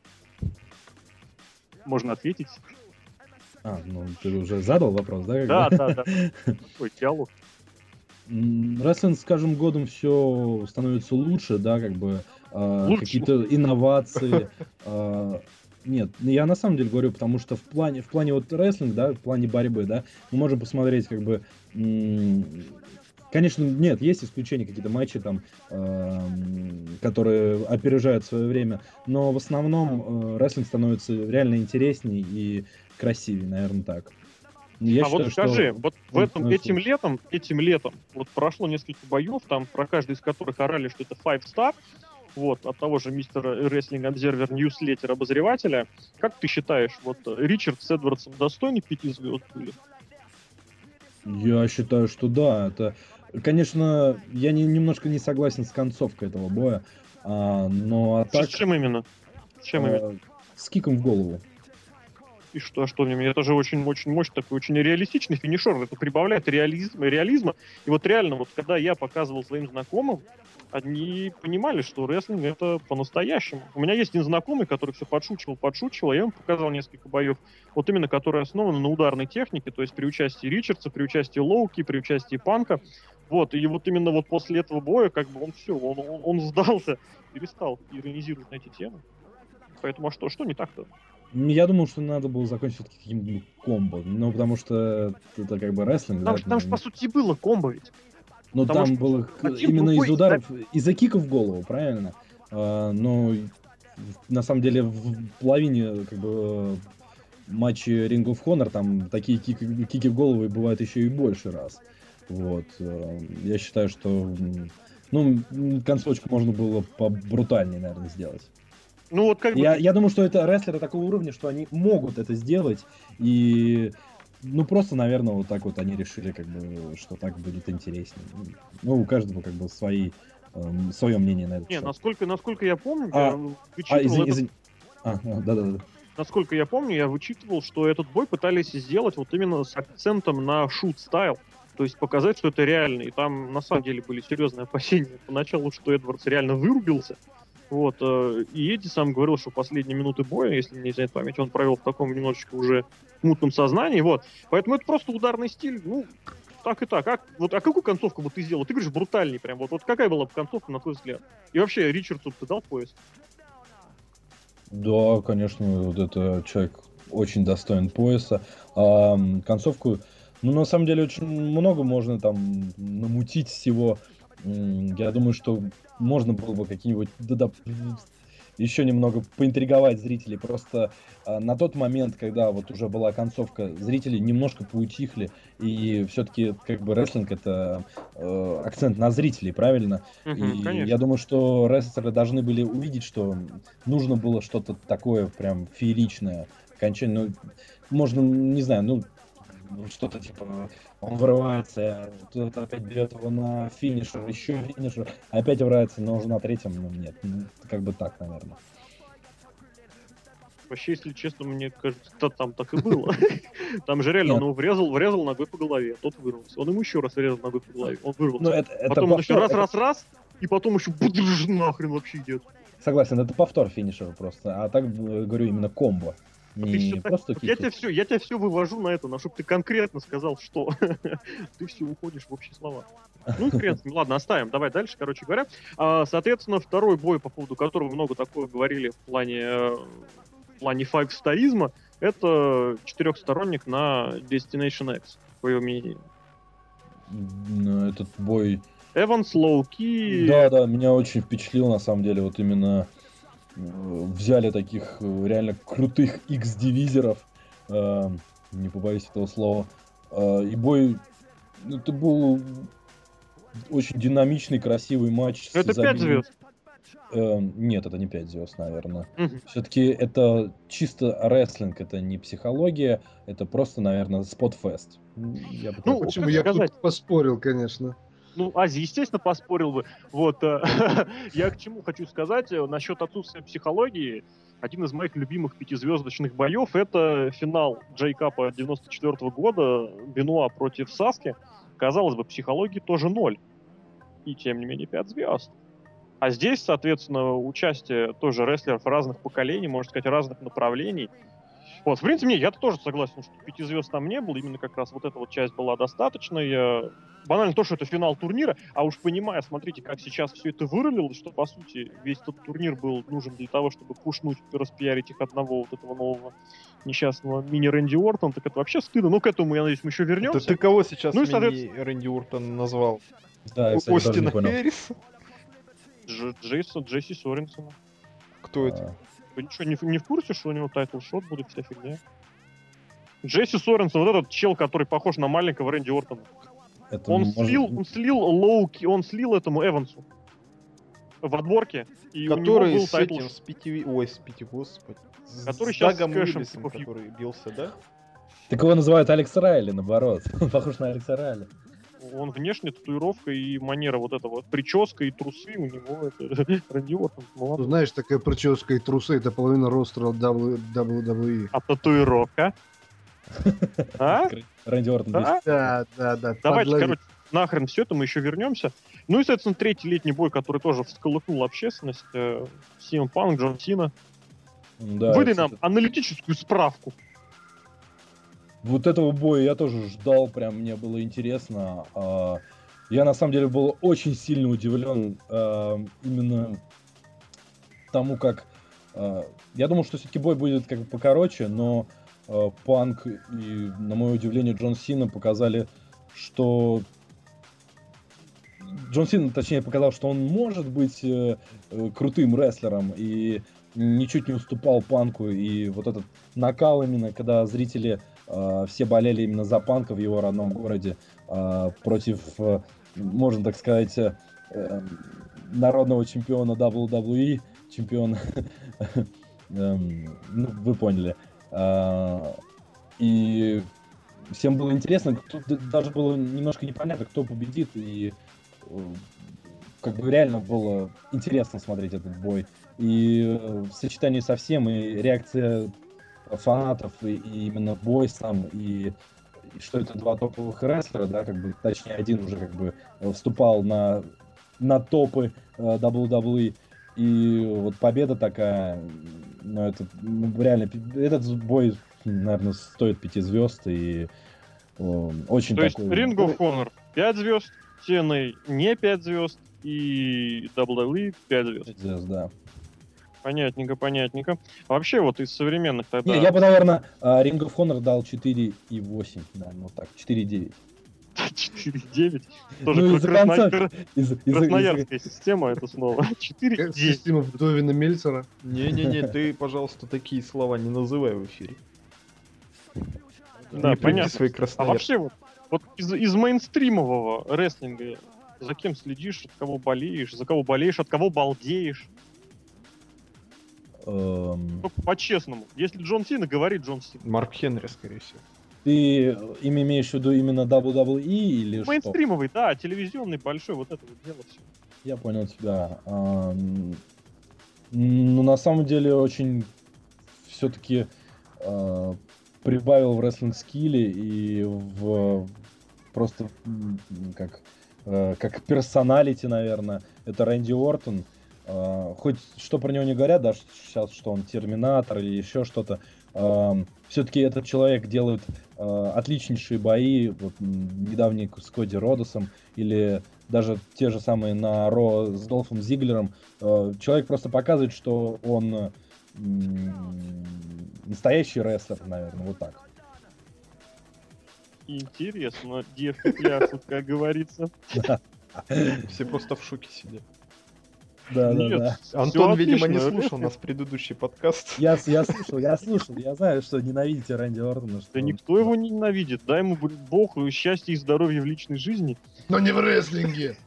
можно ответить. А, ну, ты уже задал вопрос, да? как Да, бы? да, да. Ой, диалог. М, Рестлинг с каждым годом все становится лучше, да, как бы э, Лучше. какие-то инновации. э, Нет, ну, я на самом деле говорю, потому что в плане, в плане вот рестлинг, да, в плане борьбы, да, мы можем посмотреть, как бы, м, конечно, нет, есть исключения, какие-то матчи там, эм, которые опережают свое время, но в основном э, рестлинг становится реально интереснее и красивее, наверное, так. Я а считаю, вот что скажи, вот в он этом, становится этим лучше. летом, этим летом, вот прошло несколько боев, там про каждый из которых орали, что это five star, вот, от того же мистера Wrestling Observer Newsletter обозревателя. Как ты считаешь, вот Ричард с Эдвардсом достойны пяти звезд были? Я считаю, что да. Это, конечно, я не, немножко не согласен с концовкой этого боя, а, но а С так чем именно? С чем э, именно? с киком в голову. И что, а что мне? Это же очень-очень мощный такой, очень реалистичный финишер. Это прибавляет реализма, реализма. И вот реально, вот когда я показывал своим знакомым, они понимали, что рестлинг это по-настоящему. У меня есть один знакомый, который все подшучивал, подшучивал, я ему показал несколько боев, вот именно которые основаны на ударной технике, то есть при участии Ричардса, при участии Лоуки, при участии Панка. Вот, и вот именно вот после этого боя, как бы он все, он, он, он сдался, перестал иронизировать на эти темы. Поэтому а что, что не так-то? М, Я думал, что надо было закончить всё-таки каким-нибудь комбо, ну, потому что это как бы рестлинг, Там, да, же- там же, ну, по сути, и было комбо ведь. но потому там что было к- один именно другой из ударов, из-за киков в голову, правильно? А, но в- на самом деле в половине как бы матчей Ring of Honor там такие кики, кики в голову и бывают еще и больше раз. Вот. э, Я считаю, что м, ну, м, концовочку можно было побрутальнее, наверное, сделать. Ну вот как бы... Я, я думаю, что это рестлеры такого уровня, что они могут это сделать. И ну просто, наверное, вот так вот они решили, как бы, что так будет интереснее. Ну, у каждого как бы свои, эм, свое мнение на это. Не, насколько, насколько я помню, А- я А, вычитывал извини, этот- извини. А, а, да-да-да. насколько я помню, я вычитывал, что этот бой пытались сделать вот именно с акцентом на шут-стайл. То есть показать, что это реально. И там на самом деле были серьезные опасения поначалу, что Эдвардс реально вырубился. Вот. э, И Эдди сам говорил, что последние минуты боя, если мне не изменяет память, он провел в таком немножечко уже мутном сознании. Вот. Поэтому это просто ударный стиль. Ну, так и так. А, вот, а какую концовку бы ты сделал? Ты говоришь брутальней прям. Вот, вот какая была бы концовка, на твой взгляд? И вообще, Ричардсу ты дал пояс? Да, конечно, вот это человек очень достоин пояса. А, м, концовку, ну, на самом деле, очень много можно там намутить всего. М, Я думаю, что можно было бы какие-нибудь дода- еще немного поинтриговать зрителей. Просто а, на тот момент, когда вот уже была концовка, зрители немножко поутихли, и все-таки как бы рестлинг это э, акцент на зрителей, правильно? И Мгм, я конечно. думаю, что рестлеры должны были увидеть, что нужно было что-то такое прям фееричное. Окончание, ну, можно, не знаю, ну, ну, что-то типа, он вырывается, кто-то опять берет его на финишер, еще финишер, опять врывается, но уже на третьем, ну, нет, ну, как бы так, наверное. Вообще, если честно, мне кажется, то там так и было. Там же реально он Нет, его врезал, врезал ногой по голове, тот вырвался. Он ему еще раз врезал ногой по голове, он ну, вырвался. это, это Потом он еще повтор, это, раз-раз-раз, и потом еще будж нахрен вообще идет. согласен, это повтор финишера просто, а так, э, говорю, именно комбо, А ты все не так... просто Вот я тебе кики. все, я тебя все вывожу на это, на чтобы ты конкретно сказал, что ты все уходишь в общие слова. Ну и хрен с ним. Ладно, оставим. Давай дальше, короче говоря. А, соответственно, второй бой, по поводу которого много такого говорили в плане, э, в плане файв-старизма, это четырехсторонник на Destination X, твое мнение. М, Этот бой, Эванс, Лоу-Ки, да, да, меня очень впечатлил, на самом деле, вот именно э, взяли таких э, реально крутых икс-дивизеров, э, не побоюсь этого слова, э, и бой, ну, это был очень динамичный, красивый матч с это пять изобилием... звезд. Э, нет, это не пять звезд, наверное. Мгм. Все-таки это чисто рестлинг, это не психология, это просто, наверное, спотфест. М, Я бы так... Ну, Почему? как Я бы сказать, тут поспорил, конечно. ну, Ази, естественно, поспорил бы. Вот, э, я к чему хочу сказать э, насчет отсутствия психологии. Один из моих любимых пятизвездочных боев — это финал Джей Капа девяносто четвёртого года, Бенуа против Саски. Казалось бы, психологии тоже ноль. И тем не менее пять звезд. А здесь, соответственно, участие тоже рестлеров разных поколений, можно сказать, разных направлений. Вот, в принципе, не, я-то тоже согласен, что пяти звезд там не было, именно как раз вот эта вот часть была достаточной. Банально то, что это финал турнира, а уж понимая, смотрите, как сейчас все это вырулилось, что, по сути, весь этот турнир был нужен для того, чтобы пушнуть, распиарить их одного вот этого нового несчастного мини-Рэнди Уортона, так это вообще стыдно. Ну, к этому, я надеюсь, мы еще Это вернемся. ты кого сейчас Ну и, мини соответственно, Рэнди Уортон назвал? Да, я, О- кстати, тоже не Остина понял. Хэрриса? Дж- Джейсон, Джесси Соренсона. Кто это? А, Вы ничего не, в- не в курсе, что у него тайтл-шот будет, вся фигня? Джесси Соренсон, вот этот чел, который похож на маленького Рэнди Ортона. Это Он может- слил, он слил Лоуки, он слил этому Эвансу в отборке, и у него Который был с тайтл, этим, с пяти... Ой, с пяти, господи. С Который щас с Дагом Кэшем Уиллисом, типа фью. который бился, да? Так его называют Алекс Райли, наоборот. Он похож на Алекса Райли. он внешне татуировка и манера вот этого, прическа и трусы у него, это Рэнди Ортон, Ну, молодой. знаешь, такая прическа и трусы — это половина ростера дабл ю дабл ю и. А татуировка? А? Рэнди Ортон А? весь- Да, да, да. Давайте, подлови. короче, нахрен все это, мы еще вернемся. Ну и, соответственно, третий летний бой, который тоже всколыхнул общественность. Си эм Панк, Джон Сина. Да, Выдай кстати, нам аналитическую справку. Вот этого боя я тоже ждал, прям мне было интересно. А, Я на самом деле был очень сильно удивлен а, именно тому, как... а, Я думал, что все-таки бой будет как бы покороче, но а, Панк и, на мое удивление, Джон Сина показали, что... Джон Сина, точнее, показал, что он может быть э, э, крутым рестлером и ничуть не уступал Панку. И вот этот накал именно, когда зрители э, все болели именно за Панка в его родном городе э, против, э, можно так сказать, э, э, народного чемпиона дабл ю дабл ю и, чемпиона, эм, ну, вы поняли. А, И всем было интересно, тут д- даже было немножко непонятно, кто победит, и э, как бы реально было интересно смотреть этот бой. И э, в сочетании со всем, и реакция фанатов, и, и именно бой сам, и, и что это два топовых рестлера, да, как бы, точнее, один уже как бы э, вступал на, на топы э, дабл ю дабл ю и, и вот победа такая, ну, это ну, реально, пи- этот бой, наверное, стоит пяти звезд, и э, очень То есть такой... Ring of Honor пять звезд, ти эн эй не пять звезд, и дабл ю дабл ю и пять звезд. Пять звезд, да. Понятненько, понятненько. А вообще вот из современных тогда... Не, я бы, наверное, Ring of Honor дал четыре и восемь, да, ну так, четыре и девять. четыре и девять. Тоже Ну, кра- из-за красно- конца. кра- Из-за- из-за- красноярская система, это снова. четыре и Как девять. система Вдовина Мельцера. Не-не-не, ты, пожалуйста, такие слова не называй в эфире. Да, не понятно. приписывай А Красноярск. вообще вот, вот из, из мейнстримового рестлинга за кем следишь, от кого болеешь, за кого болеешь, от кого балдеешь? Эм, Ну, по-честному. Если Джон Сина, говорит Джон Сина. Марк Хенри, скорее всего. Ты им имеешь в виду именно дабл ю дабл ю и или что? Мейнстримовый, да, телевизионный, большой, вот это вот дело все. Я понял тебя. Ам, Ну, на самом деле, очень все-таки прибавил в рестлинг-скилле и в просто м, как, э, как персоналити, наверное, это Рэнди Ортон. Э, Хоть что про него не говорят, да, сейчас, что он терминатор или еще что-то, все-таки этот человек делает э, отличнейшие бои, вот, м, недавний с Коди Родосом, или даже те же самые на Ро с Долфом Зиглером. Э, человек просто показывает, что он э, м, настоящий рестлер, наверное, вот так. Интересно, девки пляшут, как говорится. Все просто в шоке сидят. Да, да, Нет, да. всё Антон, видимо, не отлично. слушал нас предыдущий подкаст. Я, я слушал, я слушал, я знаю, что ненавидите Рэнди Ортона. Что Да он- никто его не ненавидит. Дай ему, блин, бог, счастья и здоровья в личной жизни. Но не в рестлинге.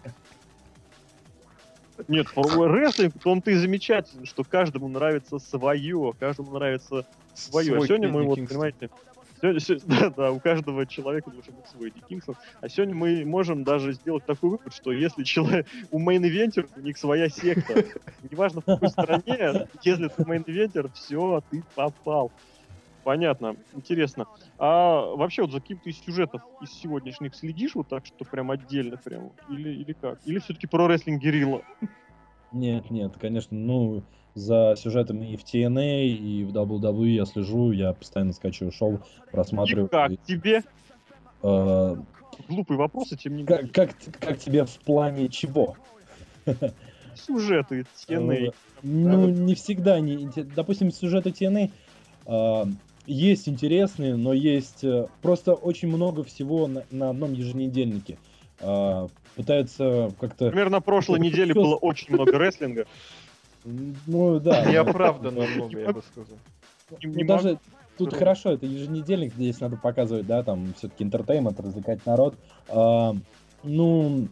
Нет, про рестлинг, в том-то и замечательно, что каждому нравится свое, каждому нравится свое. А Свой сегодня мы, Эдди вот, Кингстон. понимаете, сегодня, се- да, да, у каждого человека должен быть свой Эдди Кингстон. А сегодня мы можем даже сделать такой вывод, что если человек у мейн-ивентер, у них своя секта, неважно в какой стране, если ты мейн-ивентер, все, ты попал. Понятно, интересно. А вообще вот за каким-то из сюжетов из сегодняшних следишь вот так, что прям отдельно прям? Или, или как? Или все-таки про рестлинг Герилла? Нет, нет, конечно, ну, за сюжетами и в ти эн эй, и в дабл ю дабл ю и я слежу, я постоянно скачиваю шоу, И просматриваю. как И, тебе? э, Глупый вопрос, а тем не менее. как, как, как тебе в плане чего? Сюжеты, ти эн эй. Э, Ну, не всегда. Не, инте- допустим, сюжеты ти эн эй э, есть интересные, но есть э, просто очень много всего на, на одном еженедельнике. Э, пытаются как-то... Например, на прошлой неделе было очень много рестлинга. Ну, да. Неоправданно много, я бы сказал. Не- Ну, не даже могу. тут хорошо, это еженедельник, здесь надо показывать, да, там все-таки интертеймент, развлекать народ. А, ну,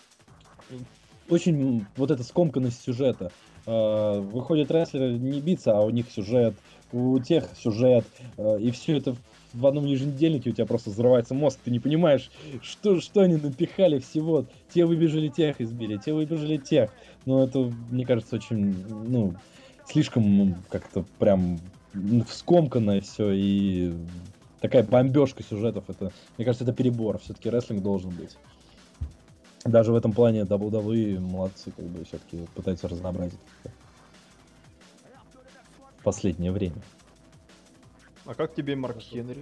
очень вот эта скомканность сюжета. А, выходят рестлеры не биться, а у них сюжет, у тех сюжет, а, и все это в одном еженедельнике у тебя просто взрывается мозг, ты не понимаешь, что, что они напихали всего. Те выбежали, тех избили, те выбежали, тех. Ну, это, мне кажется, очень, ну, слишком ну, как-то прям ну, скомканное все и такая бомбежка сюжетов. Это, мне кажется, это перебор. Все-таки рестлинг должен быть. Даже в этом плане дабл ю дабл ю и молодцы, как бы все-таки пытаются разнообразить в последнее время. А как тебе Марк Хенри?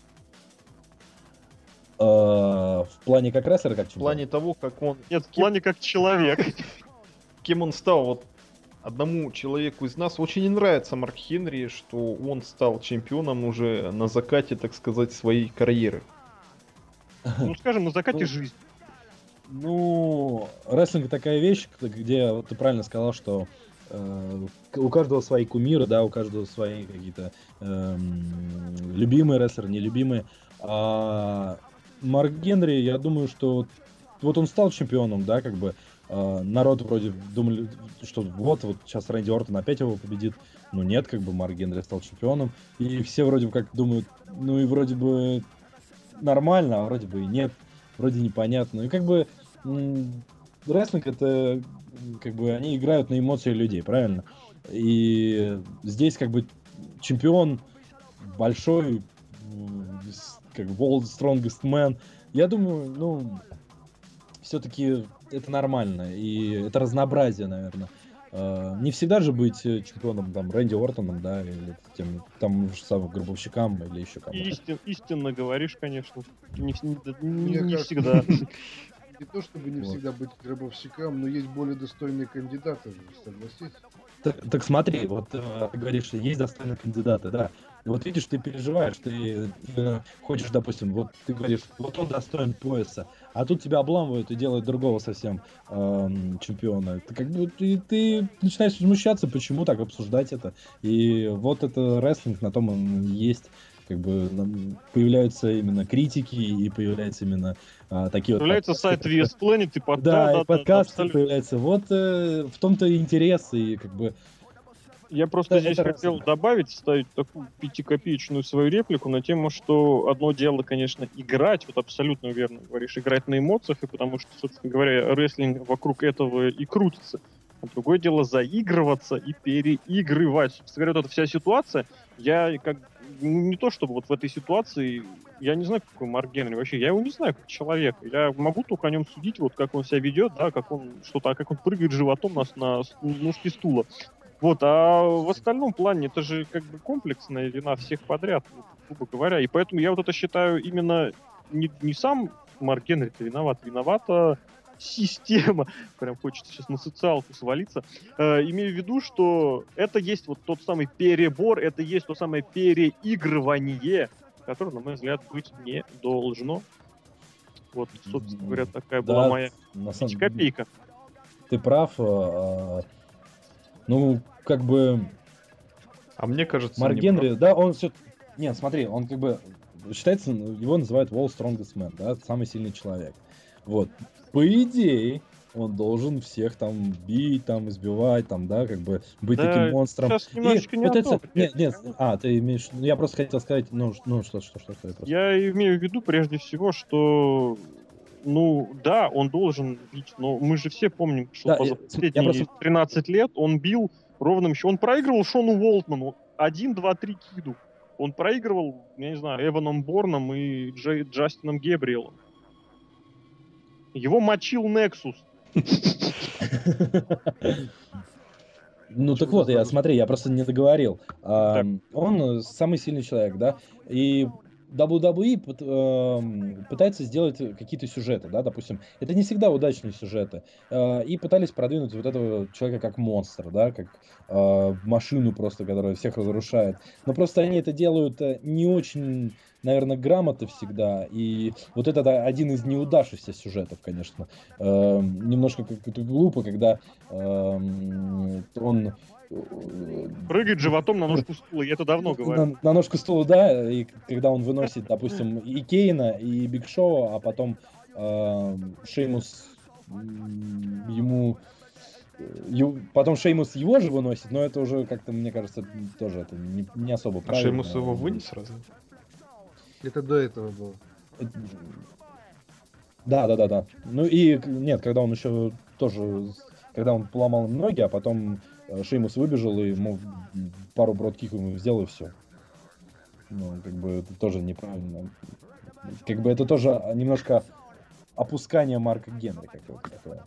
А, в плане как рестлера, как В плане того, как он... Нет, в плане как человек. Кем он стал? Вот одному человеку из нас очень не нравится Марк Хенри, что он стал чемпионом уже на закате, так сказать, своей карьеры. Ну, скажем, на закате Ну, жизни. Ну, рестлинг такая вещь, где вот ты правильно сказал, что э, у каждого свои кумиры, да, у каждого свои какие-то эм, любимые рестлеры, нелюбимые. А Марк Генри, я думаю, что вот он стал чемпионом, да, как бы э, народ вроде думали, что вот, вот сейчас Рэнди Ортон опять его победит. Ну нет, как бы Марк Генри стал чемпионом. И все вроде бы как думают, ну и вроде бы нормально, а вроде бы и нет. Вроде непонятно. И как бы м, рестлинг это м, как бы они играют на эмоции людей, правильно? И здесь как бы чемпион большой, м, с- как бы World Strongest Man. Я думаю, ну, все-таки это нормально. И это разнообразие, наверное. Э, Не всегда же быть э, чемпионом там Рэнди Ортоном, да, или тем, там же самым Гробовщикам или еще кому-то. Истин, истинно говоришь, конечно. Не, вс- не- Мне не- не кажется, всегда. Не то чтобы не Вот. всегда быть гробовщикам, но есть более достойные кандидаты, же, согласись. Так, так смотри, вот э, ты говоришь, что есть достойные кандидаты, да. И вот видишь, ты переживаешь, ты э, хочешь, допустим, вот ты говоришь, вот он достоин пояса, а тут тебя обламывают и делают другого совсем эм, чемпиона. Ты как бы ты, ты начинаешь возмущаться, почему так обсуждать это. И вот это рестлинг, на том он и есть. Как бы нам появляются именно критики и появляются именно а, такие вот Появляется подкасты, сайт как- ви эс Planet и под... Да, и да, подкасты абсолютно. появляются. Вот э, в том-то и интерес, и как бы Я просто Это- здесь это хотел рестлинг. добавить, ставить такую пятикопеечную свою реплику на тему, что одно дело, конечно, играть, вот абсолютно верно говоришь, играть на эмоциях, и потому что, собственно говоря, рестлинг вокруг этого и крутится. А другое дело заигрываться и переигрывать. Собственно говоря, вот эта вся ситуация, я как ну, не то чтобы вот в этой ситуации, я не знаю, какой Марк Генри вообще, я его не знаю как человека. Я могу только о нем судить, вот как он себя ведет, да, как он что-то, а как он прыгает животом на, на ножке стула. Вот, а в остальном плане это же как бы комплексная вина всех подряд, вот, грубо говоря. И поэтому я вот это считаю именно не, не сам Марк Генри виноват, виновата система. Прям хочется сейчас на социалку свалиться. Э, имею в виду, что это есть вот тот самый перебор, это есть то самое переигрывание, которое, на мой взгляд, быть не должно. Вот, собственно говоря, такая да, была моя на самом копейка. ты прав. а, а, ну, как бы А мне кажется, Марк не Генри, прав. да, он все... Нет, смотри, он как бы считается, ну, его называют World Strongest Man, да, самый сильный человек. Вот. По идее, он должен всех там бить, там, избивать, там, да, как бы быть Да, таким монстром. сейчас И немножечко не вот о это... том, Нет, нет, конечно. а, ты имеешь... ну, я просто хотел сказать, ну, ш- ну что, что, что, что, я просто... Я имею в виду прежде всего, что ну да, он должен бить, но мы же все помним, что Да, за я- я последние просто- тринадцать лет он бил ровным счетом. Он проигрывал Шону Уолтману один, два, три киду. Он проигрывал, я не знаю, Эваном Борном и Джей- Джастином Гебриэлом. Его мочил Nexus. Ну так Чего вот, я сразу? смотри, я просто не договорил. А, Так. Он э, самый сильный человек, да, и дабл ю дабл ю и пыт- эм, пытается сделать какие-то сюжеты, да, допустим. Это не всегда удачные сюжеты. Э, И пытались продвинуть вот этого человека как монстр, да, как э, машину просто, которая всех разрушает. Но просто они это делают э, не очень, наверное, грамотно всегда. И вот это да, один из неудавшихся сюжетов, конечно. Э, Немножко как-то глупо, когда эм, он э, Прыгает животом на ножку стула, я это давно говорю. на, на ножку стула, да, и когда он выносит, допустим, и Кейна, и Биг Шоу, а потом э, Шеймус м, ему... э, ю- потом Шеймус его же выносит, но это уже как-то, мне кажется, тоже это не, не особо А правильно. Шеймус его вынес сразу? Это до этого было. Это- Да, да, да, да. Ну и к- нет, когда он еще тоже, с- когда он поломал им ноги, а потом э, Шеймус выбежал и ему пару бродкиков ему сделал и все. Ну, как бы это тоже неправильно. Как бы это тоже немножко опускание Марка Генри какое-то такое.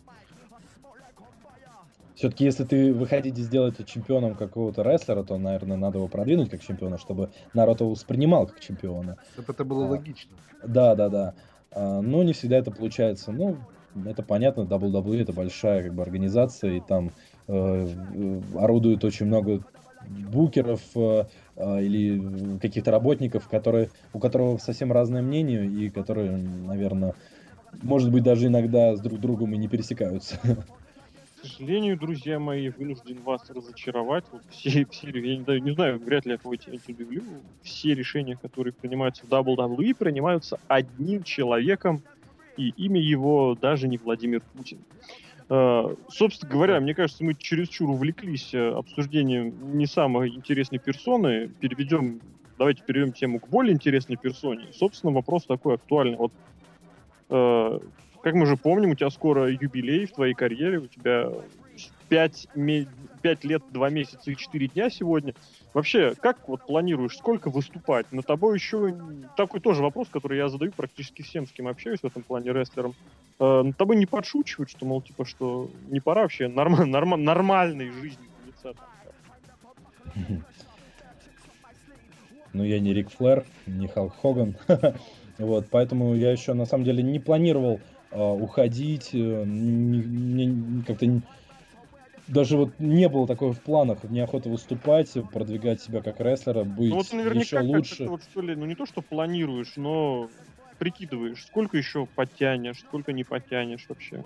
Все-таки, если ты вы хотите сделать чемпионом какого-то рестлера, то, наверное, надо его продвинуть как чемпиона, чтобы народ его воспринимал как чемпиона. Чтобы это было А. логично. Да, да, да. А, но не всегда это получается. Ну, это понятно, дабл ю дабл ю и это большая как бы организация, и там э, э, орудует очень много букеров э, э, или каких-то работников, которые, у которых совсем разное мнение, и которые, наверное, может быть, даже иногда с друг другом и не пересекаются. К сожалению, друзья мои, вынужден вас разочаровать. Вот все, все, я не, знаю, не знаю, вряд ли я кого-то удивлю. Все решения, которые принимаются в дабл ю дабл ю и, принимаются одним человеком, и имя его даже не Владимир Путин. Uh, собственно говоря, мне кажется, мы чересчур увлеклись uh, обсуждением не самой интересной персоны. Переведем, давайте переведем тему к более интересной персоне. Собственно, вопрос такой актуальный. Вот, uh, как мы же помним, у тебя скоро юбилей в твоей карьере, у тебя пять лет, два месяца и четыре дня сегодня. Вообще, как вот планируешь, сколько выступать? На тобой еще такой тоже вопрос, который я задаю практически всем, с кем общаюсь в этом плане рестлером. Э, над тобой не подшучивают, что, мол, типа, что не пора вообще норм, норм, нормальной жизнью заняться. Ну, я не Рик Флэр, не Халк Хоган. Вот, поэтому я еще, на самом деле, не планировал э, уходить. Э, не- не- как-то не- даже вот не было такого в планах, неохота выступать, продвигать себя как рестлера, быть Ну вот еще наверняка как-то лучше. ты вот что ли, ну не то, что планируешь, но прикидываешь, сколько еще подтянешь, сколько не подтянешь вообще.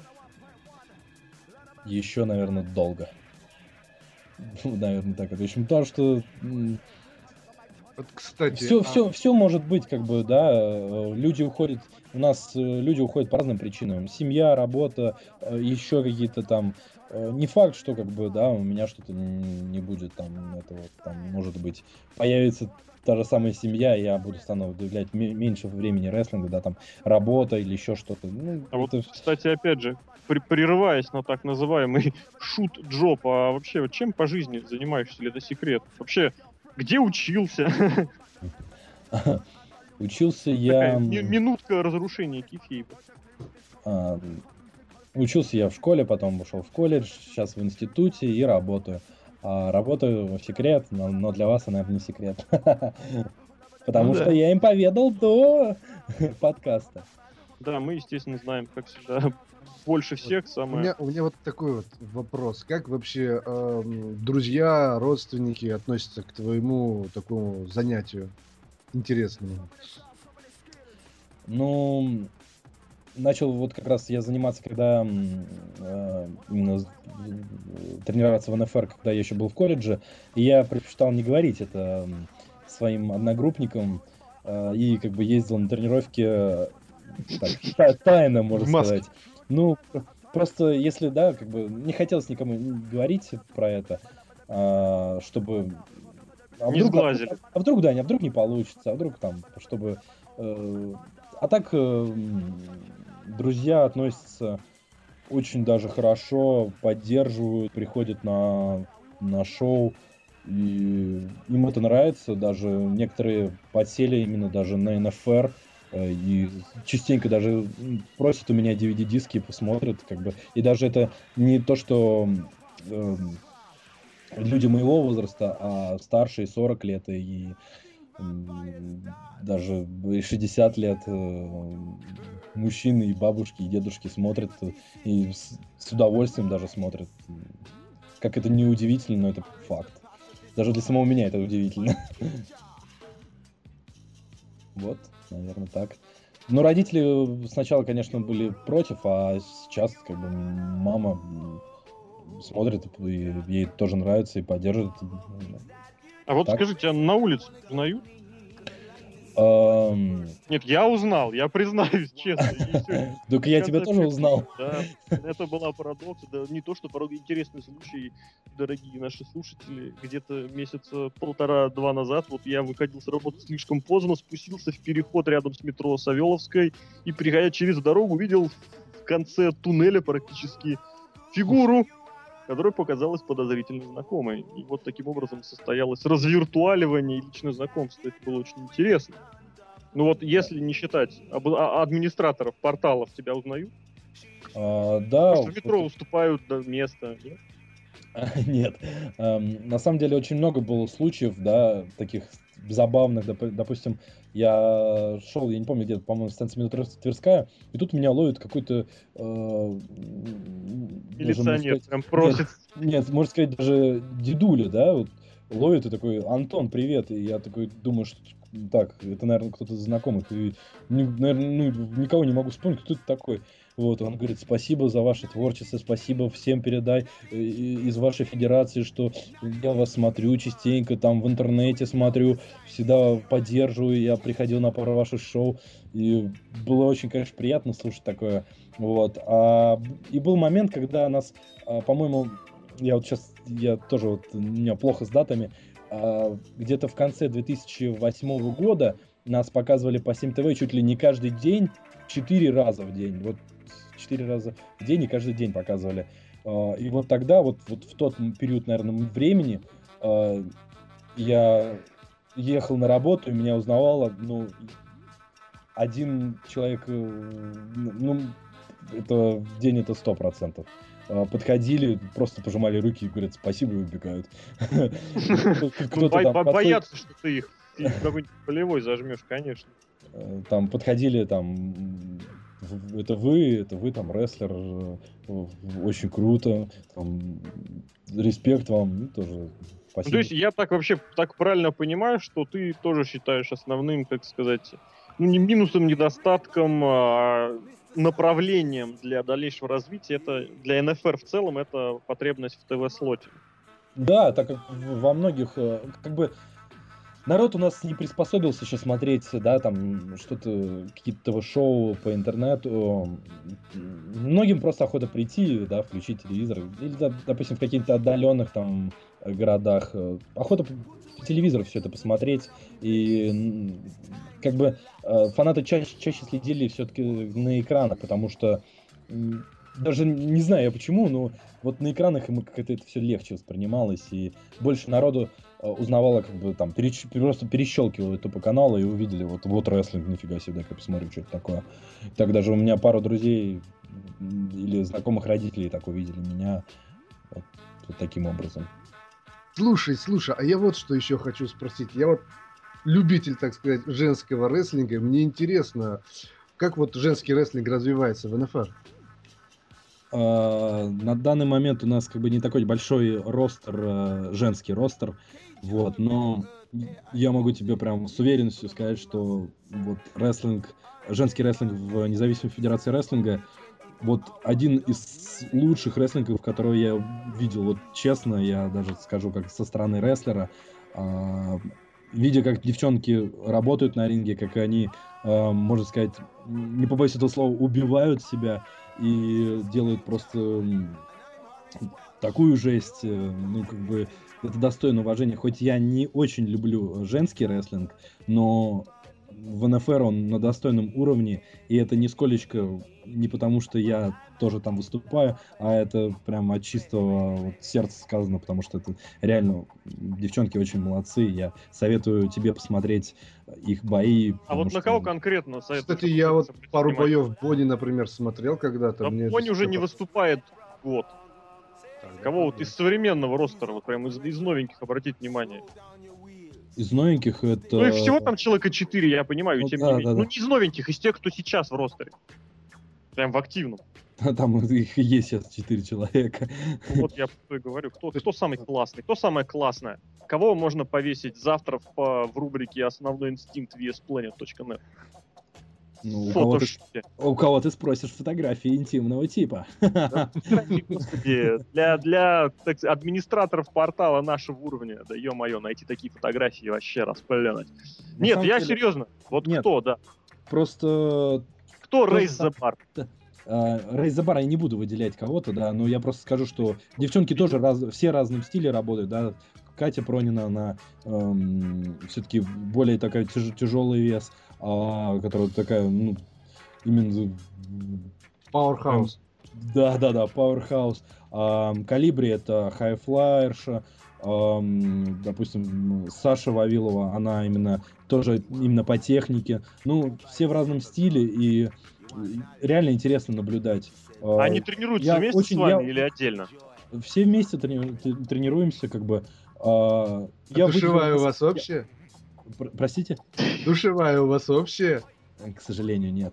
Еще, наверное, долго. Наверное, так. В общем, то, что Вот, кстати, все, а- все, все может быть, как бы, да. э, Люди уходят, у нас э, люди уходят по разным причинам. Семья, работа, э, еще какие-то там. э, Не факт, что как бы, да, у меня что-то н- не будет там этого, там, может быть, появится та же самая семья, и я буду стану уделять ме- меньше времени рестлингу, да, там, работа или еще что-то. Ну, А вот, это кстати, опять же, при- прерываясь на так называемый шут-джоб, а вообще вот чем по жизни занимаешься, или это секрет? Вообще, где учился? учился Такая я... ми- м, минутка разрушения кефейба. а, Учился я в школе, потом ушел в колледж, сейчас в институте и работаю. А работаю в секрет, но, но для вас, наверное, не секрет. Потому Ну что да. я им поведал до подкаста. Да, мы, естественно, знаем, как всегда, больше всех У самое... меня, у меня вот такой вот вопрос. Как вообще эм, друзья, родственники относятся к твоему такому занятию интересному? Ну, начал вот как раз я заниматься, когда м, э, именно з- э, тренироваться в эн эф эр, когда я еще был в колледже, и я предпочитал не говорить это м, своим одногруппникам, э, и как бы ездил на тренировки э, так, та- тайно, можно В маске. сказать. Ну, пр- просто если, да, как бы не хотелось никому говорить про это, а, чтобы... А Не вдруг, а, сглазили. а вдруг, да, не, а вдруг не получится, а вдруг там, чтобы... э, а так э, м, друзья относятся очень даже хорошо, поддерживают, приходят на, на шоу, и им это нравится, даже некоторые подсели именно даже на эн эф эр, э, и частенько даже м, просят у меня ди ви ди-диски, посмотрят, как бы, и даже это не то, что м, люди моего возраста, а старшие сорок лет и м, даже и шестьдесят лет э, мужчины и бабушки и дедушки смотрят э, и с, с удовольствием даже смотрят. Как это не удивительно, но это факт. Даже для самого меня это удивительно. Вот, наверное, так. Но родители сначала, конечно, были против, а сейчас как бы мама м, смотрит, и ей тоже нравится и поддерживает. А вот Так. скажите, а на улице узнают? Ам, Нет, я узнал, я признаюсь, честно. И всё. Так И я в тебя конце тоже концов, узнал. Да, это была парадокс. Да, не то, что порой интересный случай, дорогие наши слушатели. Где-то месяца полтора-два назад вот я выходил с работы слишком поздно, спустился в переход рядом с метро Савеловской и, переходя через дорогу, увидел в конце туннеля практически фигуру, которая показалась подозрительно знакомой. И вот таким образом состоялось развиртуаливание и личное знакомство. Это было очень интересно. Ну вот, если не считать об- а- администраторов порталов, тебя узнают? А, да, Может, в метро вот- уступают да, место, нет? нет. Эм, На самом деле очень много было случаев, да, таких забавных. Доп- Допустим, я шел, я не помню, где-то, по-моему, станция метро Тверская, и тут меня ловит какой-то, э, м, даже, можно Милиционер сказать, прям нет, просит. нет, можно сказать, даже дедуля, да, вот ловит и такой: Антон, привет. И я такой думаю, что так, это, наверное, кто-то из знакомых. И, наверное, ну, никого не могу вспомнить, кто это такой. Вот, он говорит: спасибо за ваше творчество, спасибо, всем передай э, и- из вашей федерации, что я вас смотрю частенько, там в интернете смотрю, всегда поддерживаю, я приходил на пару ваших шоу, и было очень, конечно, приятно слушать такое. Вот. А, б- и был момент, когда нас, а, по-моему, я вот сейчас, я тоже вот, у меня плохо с датами, а, где-то в конце две тысячи восьмого года нас показывали по Сим ТВ чуть ли не каждый день, четыре раза в день. Вот четыре раза в день и каждый день показывали. А, И вот тогда, вот, вот в тот м- период, наверное, времени, а, я ехал на работу, и меня узнавало, ну, один человек, э, ну, это в день это сто процентов. А, Подходили, просто пожимали руки и говорят спасибо и убегают. Ну, Кто-то бо- там бо- подходит, боятся, что ты их и в какой-нибудь полевой зажмешь, конечно. э, там подходили, там, в- это вы, это вы, там, рестлер, э, в- очень круто, там, респект вам, ну, тоже Ну, спасибо. то есть я так вообще так правильно понимаю, что ты тоже считаешь основным, как сказать, ну не минусом, недостатком, а направлением для дальнейшего развития, это для эн эф эр в целом, это потребность в ТВ-слоте. Да, так как в- во многих, э, как бы, народ у нас не приспособился еще смотреть, да, там, что-то, какие-то ТВ-шоу по интернету. М, Многим просто охота прийти, да, включить телевизор. Или, да, допустим, в каких-то отдаленных там э, городах. э, Охота по по телевизору все это посмотреть. И м, как бы э, фанаты чаще, чаще следили все-таки на экранах, потому что м, даже не знаю я почему, но вот на экранах ему как-то это все легче воспринималось, и больше народу э, узнавала, как бы там, переч- просто перещелкивали тупо каналы и увидели, вот, вот рестлинг, нифига себе, дай-ка посмотрю, что это такое. Так даже у меня пару друзей м, или знакомых родителей так увидели меня вот, вот таким образом. Слушай, слушай, а я вот что еще хочу спросить. Я вот любитель, так сказать, женского рестлинга. Мне интересно, как вот женский рестлинг развивается в эн эф эр? А, На данный момент у нас как бы не такой большой ростер, э, женский ростер, вот, но я могу тебе прям с уверенностью сказать, что вот рестлинг, женский рестлинг в независимой федерации рестлинга, вот один из лучших рестлингов, которые я видел, вот честно, я даже скажу, как со стороны рестлера, а, видя, как девчонки работают на ринге, как они, а, можно сказать, не побоюсь этого слова, убивают себя и делают просто м, такую жесть, э, ну, как бы, это достойно уважения. Хоть я не очень люблю женский рестлинг, но в эн эф эр он на достойном уровне, и это нисколечко не потому, что я тоже там выступаю, а это прям от чистого вот сердца сказано, потому что это реально м, девчонки очень молодцы. Я советую тебе посмотреть их бои, А потому вот на что... кого конкретно советуешь Кстати, я вот обратить пару внимание? боев Бонни, например, смотрел когда-то. Да Мне это Бонни уже не всё выступает год. Тогда Кого вот понятно. из современного ростера, вот прям из, из новеньких обратить внимание? Из новеньких это... Ну их всего там человека четыре, я понимаю, Ну тем да, не да, менее. да. Ну не из новеньких, из тех, кто сейчас в ростере. Прям в активном. Там их и есть сейчас четыре человека. Ну вот я что и говорю. Кто, кто самый классный? Кто самая классная? Кого можно повесить завтра в, по- в рубрике «Основной инстинкт» ви эс планет точка нет? Ну, у кого, ты, Фотошопе. у кого ты спросишь фотографии интимного типа. Да, господи, для, для так сказать, администраторов портала нашего уровня, да ё-моё, найти такие фотографии вообще распыленать. На Нет, самом я деле, серьезно. Вот нет. кто, да? Просто Кто Тоже Рейс так. the Bar? Рейс за бар я не буду выделять кого-то, да, но я просто скажу, что девчонки тоже раз, все разным стиле работают, да. Катя Пронина, она эм, все-таки более такая тяж, тяжелый вес, а, которая такая, ну, именно... Powerhouse. Да, да, да, Powerhouse. Ам, Калибри это хайфлайерша. Ам, допустим, Саша Вавилова, она именно тоже именно по технике. Ну, все в разном стиле, и реально интересно наблюдать. А, Они тренируются я вместе очень- с вами я- или отдельно? Все вместе трени- т- тренируемся, как бы. А, Я выделил душевая у несколько- вас общая? Пр- Простите? Душевая у вас общая? К сожалению, нет.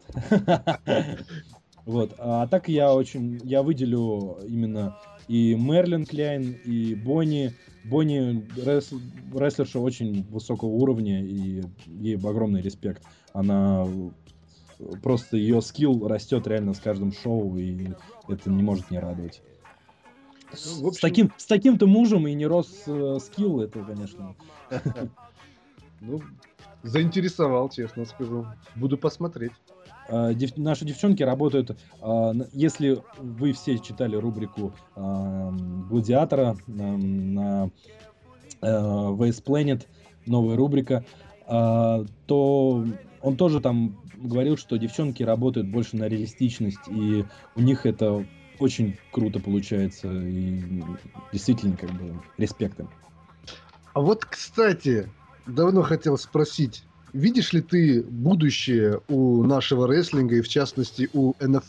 Вот. А так я очень, я выделю именно и Мерлин Кляйн, и Бонни. Бонни рес- рестлерша очень высокого уровня, и ей огромный респект. Она просто ее скилл растет реально с каждым шоу, и это не может не радовать. С, Ну, в общем- с таким, с таким-то мужем и не рос э, скилл, это, конечно. Ну, заинтересовал, честно скажу. Буду посмотреть. А, дев- наши девчонки работают, а, на- если вы все читали рубрику а, Гладиатора на, на а, ви эс Planet, новая рубрика, а, то он тоже там говорил, что девчонки работают больше на реалистичность, и у них это очень круто получается, и действительно, как бы, респект им. А вот, кстати, давно хотел спросить, видишь ли ты будущее у нашего рестлинга и, в частности, у эн эф эр?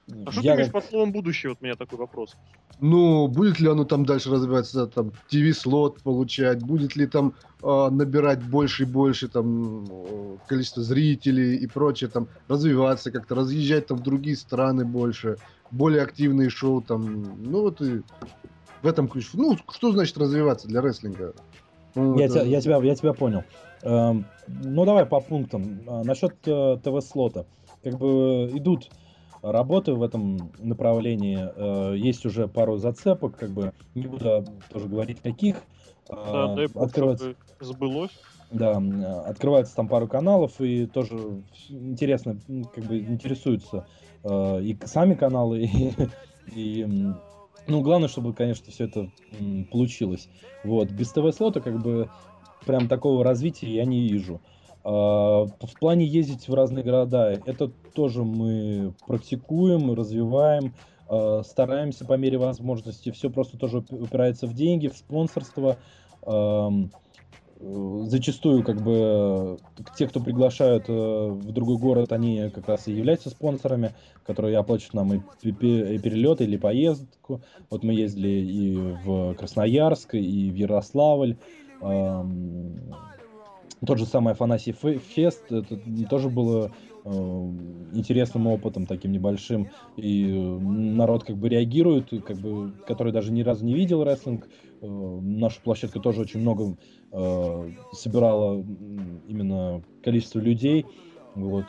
А что я ты имеешь как- под словом будущее? Вот у меня такой вопрос. Ну, будет ли оно там дальше развиваться, там, ти ви-слот получать, будет ли там а, набирать больше и больше там э, количество зрителей и прочее, там, развиваться как-то, разъезжать там в другие страны больше, более активные шоу там, ну вот и в этом ключ. Ну, что значит развиваться для рестлинга? Ну, Я, это- тебя, я, тебя, я тебя понял. Эм, ну, давай по пунктам. А, насчет э, ТВ-слота. Как бы идут работы в этом направлении. Э, есть уже пару зацепок, как бы не буду тоже говорить каких. Да, А, дай бог, открывается, чтобы сбылось. да, м, а, открывается там пару каналов, и тоже интересно, м, как бы интересуются э, и к- сами каналы, и, и, м, ну, главное, чтобы, конечно, все это м, получилось. Вот, без ТВ-слота, как бы, прям такого развития я не вижу. А, В плане ездить в разные города, это тоже мы практикуем, развиваем, а, стараемся по мере возможности. Все просто тоже уп- упирается в деньги, в спонсорство. Ам, э, Зачастую, как бы, э, те, кто приглашают э, в другой город, они как раз и являются спонсорами, которые оплачивают нам и, пе- пе- и перелет, или поездку. Вот мы ездили и в Красноярск, и в Ярославль. Ам, Тот же самый Афанасий Фе- Фест, это тоже было э, интересным опытом, таким небольшим. И э, народ как бы реагирует, и как бы, который даже ни разу не видел рестлинг. Э, наша площадка тоже очень много э, собирала м, именно количество людей. Вот.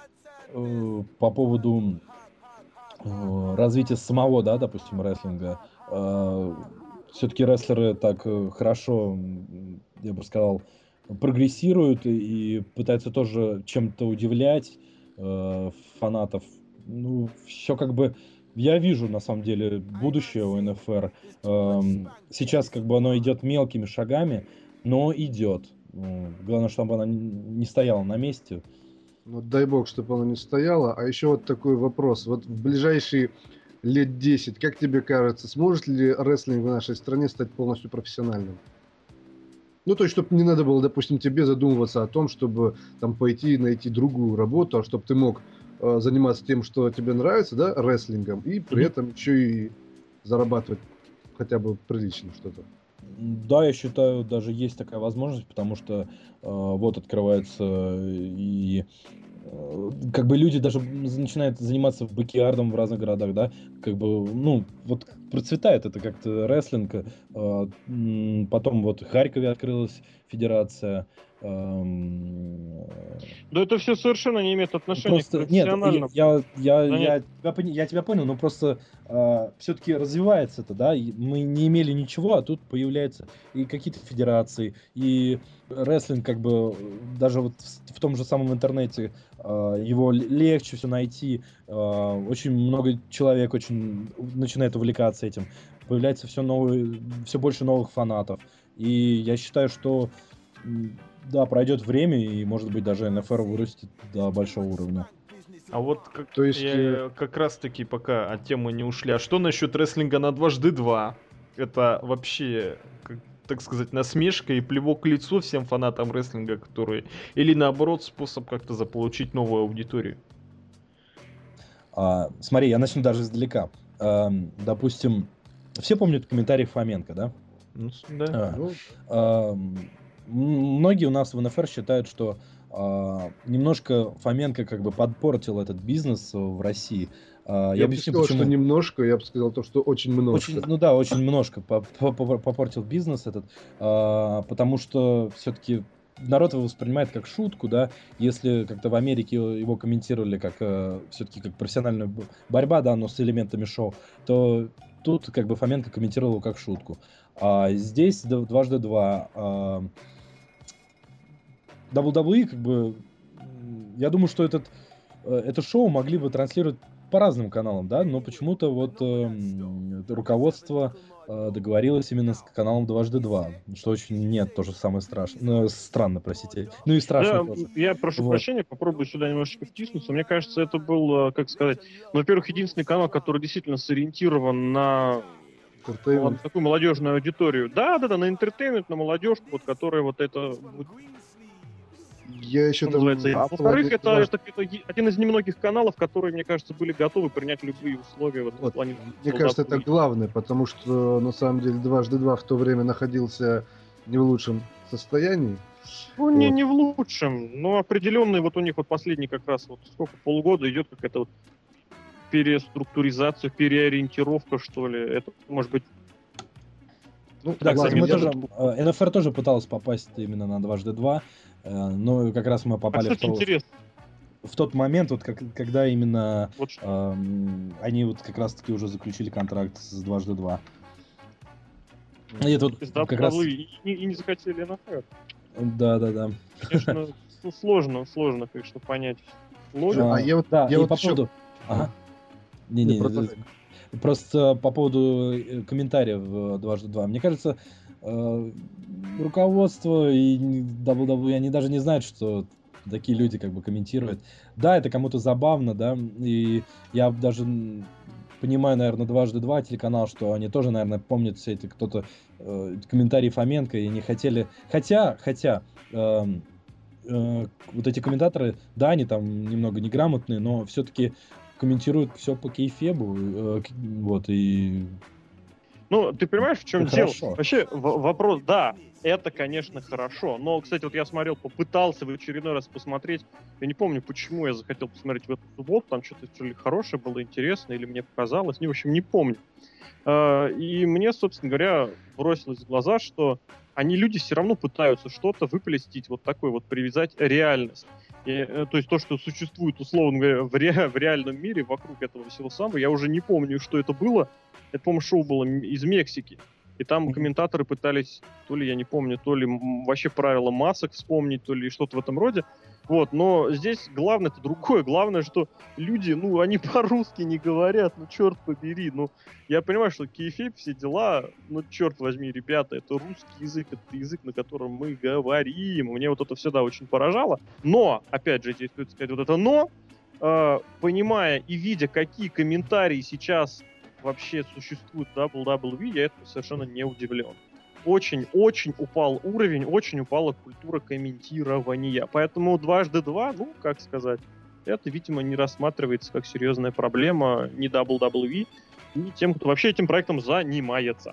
Э, по поводу э, развития самого, да, допустим, рестлинга. Все-таки рестлеры так э, хорошо, м, я бы сказал, прогрессируют и и пытаются тоже чем-то удивлять э, фанатов. Ну, все как бы... Я вижу, на самом деле, будущее у эн эф эр. Эм, Сейчас как бы оно идет мелкими шагами, но идет. М, Главное, чтобы она н- не стояла на месте. Ну, дай бог, чтобы оно не стояло. А еще вот такой вопрос. Вот в ближайшие лет десять, как тебе кажется, сможет ли рестлинг в нашей стране стать полностью профессиональным? Ну, то есть, чтобы не надо было, допустим, тебе задумываться о том, чтобы там пойти и найти другую работу, а чтобы ты мог э, заниматься тем, что тебе нравится, да, рестлингом, и при Мгм. этом еще и зарабатывать хотя бы прилично что-то. Да, я считаю, даже есть такая возможность, потому что э, вот открывается и э, как бы люди даже м, за- начинают заниматься бэкиардом в разных городах, да, как бы, ну, вот процветает это как-то рестлинг. э, м, Потом вот в Харькове открылась федерация. эм, Да это все совершенно не имеет отношения к Просто нет, я, профессиональному я, я, занятию. я тебя, пони- я тебя понял, но просто все-таки развивается это, да, и мы не имели ничего, а тут появляются и какие-то федерации, и рестлинг, как бы, э, даже вот в, в том же самом интернете а, его л- легче все найти, а, очень много человек очень начинает увлекаться этим, появляется все новые, все больше новых фанатов, и я считаю, что м, да, пройдет время, и, может быть, даже эн эф эр вырастет до большого уровня. А вот как, То есть, я, э, э, как раз таки пока от темы не ушли. А что насчет рестлинга на дважды два? Это вообще, как, так сказать, насмешка и плевок в лицо всем фанатам рестлинга, которые... Или наоборот, способ как-то заполучить новую аудиторию. А, смотри, я начну даже издалека. Ам, допустим, все помнят комментарий Фоменко, да? Ну, с- да. А, ну, ам, м- Многие у нас в эн эф эр считают, что а, немножко Фоменко как бы подпортил этот бизнес в России. А, я я бы не объясню, сказал, что почему. немножко, я бы сказал то, что очень Очень, много. ну да, очень немножко по- по- по- попортил бизнес этот, а, потому что все-таки народ его воспринимает как шутку, да, если как-то в Америке его комментировали как все-таки как профессиональная б- борьба, да, но с элементами шоу, то тут как бы Фоменко комментировал его как шутку. А здесь д- дважды два. а, дабл ю дабл ю и, как бы, м, я думаю, что этот, э, это шоу могли бы транслировать по разным каналам, да, но почему-то вот эм, это руководство э, договорилось именно с каналом дважды два, что очень нет, тоже самое страшное, ну, странно, простите, ну и страшно Да, тоже. я прошу Вот. прощения, попробую сюда немножечко втиснуться. Мне кажется, это был, э, как сказать, ну, во-первых, единственный канал, который действительно сориентирован на молод- Entertainment. такую молодежную аудиторию. Да, да, да, на интертеймент, на молодежь, вот, которая вот это... вот- Я еще что там... называется. А в во-вторых, плане это, того, это, это е- один из немногих каналов, которые, мне кажется, были готовы принять любые условия в этом Вот. плане. Мне кажется, это главное, потому что на самом деле дважды два в то время находился не в лучшем состоянии. Ну, не, Вот. не в лучшем, но определенный вот у них вот последний как раз вот сколько, полгода идет какая-то вот переструктуризация, переориентировка, что ли. Это может быть... Ну, Да, кстати, ладно, мы я тоже, вот- э, эн эф эр тоже пыталась попасть именно на дважды два, э, но как раз мы А, попали в, кстати, то- интересно. в тот момент, вот как, когда именно Вот что. эм, они вот как раз-таки уже заключили контракт с дважды два. И это вот Из как раз... дабл ю дабл ю и, и, и не захотели эн эф эр. Да-да-да. Конечно, с- сложно, сложно, конечно, понять. Слушай, Логику. а я вот- да, я и вот по еще- поводу... Ага. Не, Не-не, продолжай. просто по поводу э, комментариев в дважды два. Мне кажется, э, руководство и дабл ю дабл ю и, они даже не знают, что такие люди как бы комментируют. Да, это кому-то забавно, да, и я даже м, понимаю, наверное, дважды два телеканал, что они тоже, наверное, помнят все эти кто-то э, комментарии Фоменко и не хотели... Хотя, хотя... эм, э, вот эти комментаторы, да, они там немного неграмотные, но все-таки комментируют все по кейфебу, э, к- вот, и... Ну, ты понимаешь, в чем Это дело? хорошо. Вообще, в- вопрос, да, это, конечно, хорошо. Но, кстати, вот я смотрел, попытался в очередной раз посмотреть. Я не помню, почему я захотел посмотреть в эту субботу. Там что-то что ли хорошее было, интересно, или мне показалось. Не, в общем, не помню. А, И мне, собственно говоря, бросилось в глаза, что они, люди, все равно пытаются что-то выплестить, вот такой вот, привязать реальность. И, э, то есть то, что существует, условно говоря, в, ре- в реальном мире вокруг этого всего самого, я уже не помню, что это было. Это, по-моему, шоу было м- из Мексики. И там Мгм. комментаторы пытались, то ли, я не помню, то ли м, вообще правила масок вспомнить, то ли что-то в этом роде. Вот, но здесь главное-то другое. Главное, что люди, ну, они по-русски не говорят, ну, черт побери. Ну, я понимаю, что кейфейп, все дела, ну, черт возьми, ребята, это русский язык, это язык, на котором мы говорим. Мне вот это всегда очень поражало. Но, опять же, здесь стоит сказать вот это но, э, понимая и видя, какие комментарии сейчас вообще существуют в дабл ю дабл ю и, я этому совершенно не удивлен. Очень-очень упал уровень, очень упала культура комментирования. Поэтому дважды два, ну, как сказать, это, видимо, не рассматривается как серьезная проблема ни дабл ю дабл ю и, ни тем, кто вообще этим проектом занимается.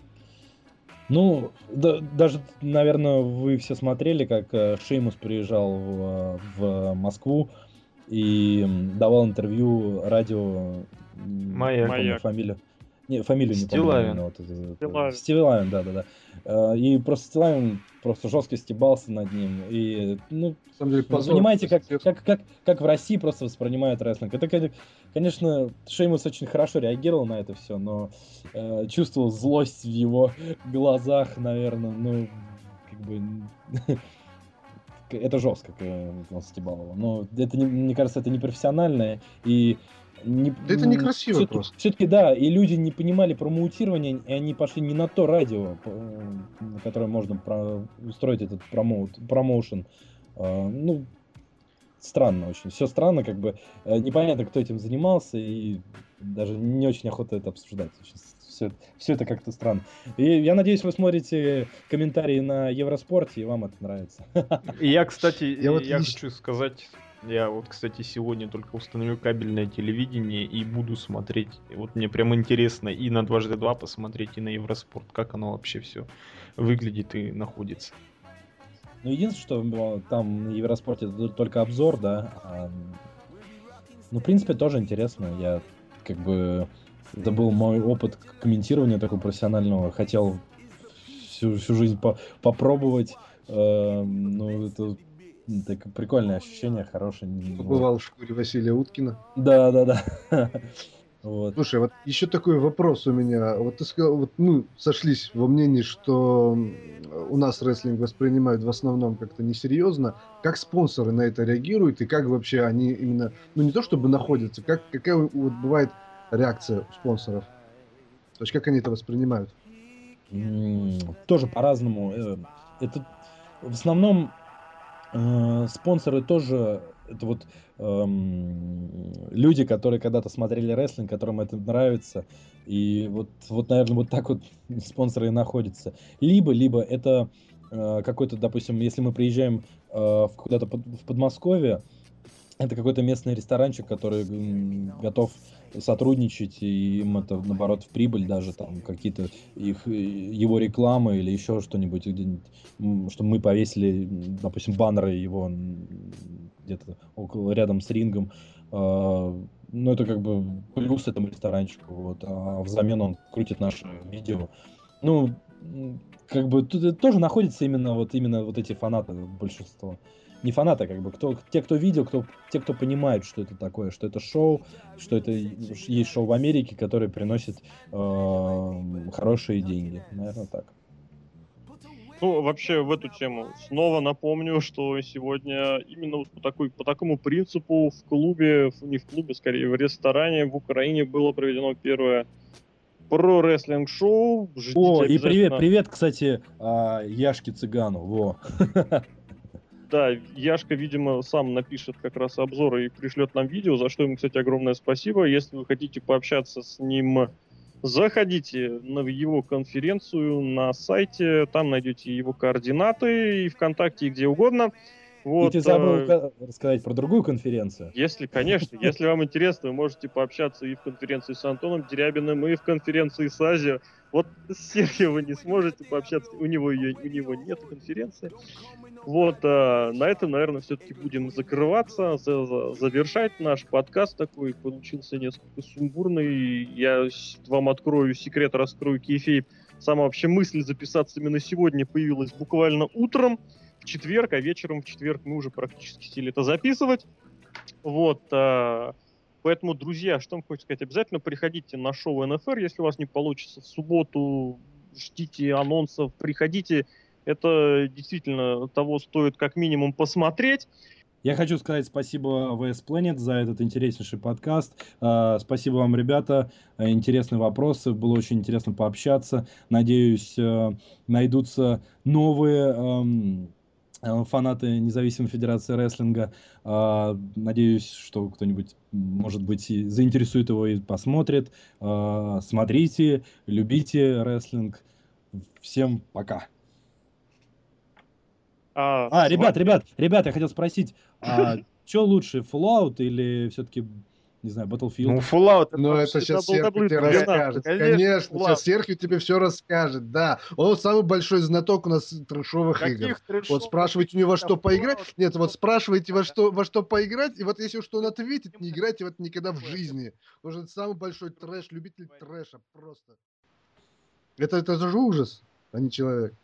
Ну, да- даже, наверное, вы все смотрели, как э, Шеймус приезжал в, в Москву и м, давал интервью радио, м, Маяк. не помню Маяк. фамилию. Не, фамилию не помню. Стилавин. именно вот это- это- Стилавин. Стилавин, да-да-да. Э, И просто Стилавин просто жестко стебался над ним. И, ну, На самом деле, вы позор. понимаете, как, Всех- как, как, как в России просто воспринимают рестлинг. Это, кон- конечно, Шеймус очень хорошо реагировал на это все, но э, чувствовал злость в его глазах, наверное, ну, как бы... Это жестко, как он стебал его. Но это, не- мне кажется, это непрофессионально. И не, Да это некрасиво все-таки, просто. Все-таки, да, и люди не понимали промоутирование, и они пошли не на то радио, по- на которое можно про- устроить этот промоут, промоушен. А, ну, странно очень. Все странно, как бы э, непонятно, кто этим занимался, и даже не очень охота это обсуждать. Все, все это как-то странно. И я надеюсь, вы смотрите комментарии на Евроспорте, и вам это нравится. И я, кстати, Я я, вот лич- хочу сказать, я вот, кстати, сегодня только установил кабельное телевидение и буду смотреть. И вот мне прям интересно и на дважды два посмотреть, и на Евроспорт, как оно вообще все выглядит и находится. Ну, единственное, что э, там на Евроспорте т- только обзор, да. а, ну, в принципе, тоже интересно. Я как бы... Это был мой опыт к- комментирования такого профессионального. Хотел всю, всю жизнь по- попробовать. э, ну, это м, так, прикольное ощущение, хорошее. м, вот. Побывал в шкуре Василия Уткина. Да, да, да. Вот. Слушай, вот еще такой вопрос у меня. Вот ты сказал, вот мы сошлись во мнении, что м, у нас рестлинг воспринимают в основном как-то несерьезно. Как спонсоры на это реагируют и как вообще они именно, ну не то чтобы находятся, как какая у- вот бывает реакция у спонсоров? То есть как они это воспринимают? М, Тоже по-разному. Э, Это в основном э, спонсоры тоже это вот эм, люди, которые когда-то смотрели рестлинг, которым это нравится. И вот, вот, наверное, вот так вот спонсоры и находятся. Либо, либо это э, какой-то, допустим, если мы приезжаем в, куда-то под, в Подмосковье. Это какой-то местный ресторанчик, который м, готов сотрудничать, и им это, наоборот, в прибыль даже, там, какие-то их, э, его рекламы или еще что-нибудь, где-нибудь, м, чтобы мы повесили, м, допустим, баннеры его м, где-то около, рядом с рингом. А, Ну, это как бы плюс этому ресторанчику, вот, а взамен он крутит наше видео. Ну, м, как бы тут это тоже находится именно вот, именно вот эти фанаты, большинство. Не фанаты, как бы, кто, те, кто видел, кто, те, кто понимают, что это такое, что это шоу, что это и- есть шоу в Америке, которое приносит э, хорошие деньги. Наверное, так. Ну, вообще, в эту тему снова напомню, что сегодня именно вот по, такой, по такому принципу в клубе, в- не в клубе, скорее, в ресторане в Украине было проведено первое про-рестлинг-шоу. О, Ждите и привет, обязательно. привет, кстати, а, Яшке Цыгану, во. Да, Яшка, видимо, сам напишет как раз обзор и пришлет нам видео, за что ему, кстати, огромное спасибо. Если вы хотите пообщаться с ним, заходите на его конференцию на сайте, там найдете его координаты и ВКонтакте, и где угодно. И ты Вот, забыл э, ука- рассказать про другую конференцию. если, конечно, если вам интересно, вы можете пообщаться и в конференции с Антоном Дерябиным, и в конференции с Азио. Вот с Сергеем вы не сможете пообщаться, у него ее, у него нет конференции. Вот, а, на этом, наверное, все-таки будем закрываться, за- за- завершать наш подкаст такой. Получился несколько сумбурный. Я с- вам открою секрет, раскрою кейфейп. Сама вообще мысль записаться именно сегодня появилась буквально утром, в четверг, а вечером в четверг мы уже практически сели это записывать. Вот, а, поэтому, друзья, что вам хочется сказать, обязательно приходите на шоу эн эф эр, если у вас не получится в субботу, ждите анонсов, приходите, это действительно того стоит как минимум посмотреть. Я хочу сказать спасибо ви эс Planet за этот интереснейший подкаст. А, Спасибо вам, ребята. Э, Интересные вопросы. Было очень интересно пообщаться. Надеюсь, э, найдутся новые эм, э, фанаты Независимой Федерации Рестлинга. А, Надеюсь, что кто-нибудь, м, может быть, и заинтересует его и посмотрит. А, Смотрите, любите рестлинг. Всем пока. А А, с вами... ребят, ребят, ребят, я хотел спросить, а что лучше, Fallout или все-таки, не знаю, Ну, Battlefield? Fallout это Но это вообще сейчас дабл ю дабл ю Серхио и тебе Ко- расскажет. двенадцать. Конечно, Конечно, Fallout. сейчас Серхио тебе все расскажет. Да, он самый большой знаток у нас трэшовых игр. Каких Вот трэшовых спрашивайте у него, во игр? что поиграть. Fallout Нет, вот это спрашивайте, во да. что, во что поиграть. И вот если что он ответит, не Мне играйте в это никогда в такое жизни. Потому что это самый большой трэш, любитель трэша просто. Это, это же ужас, а не человек.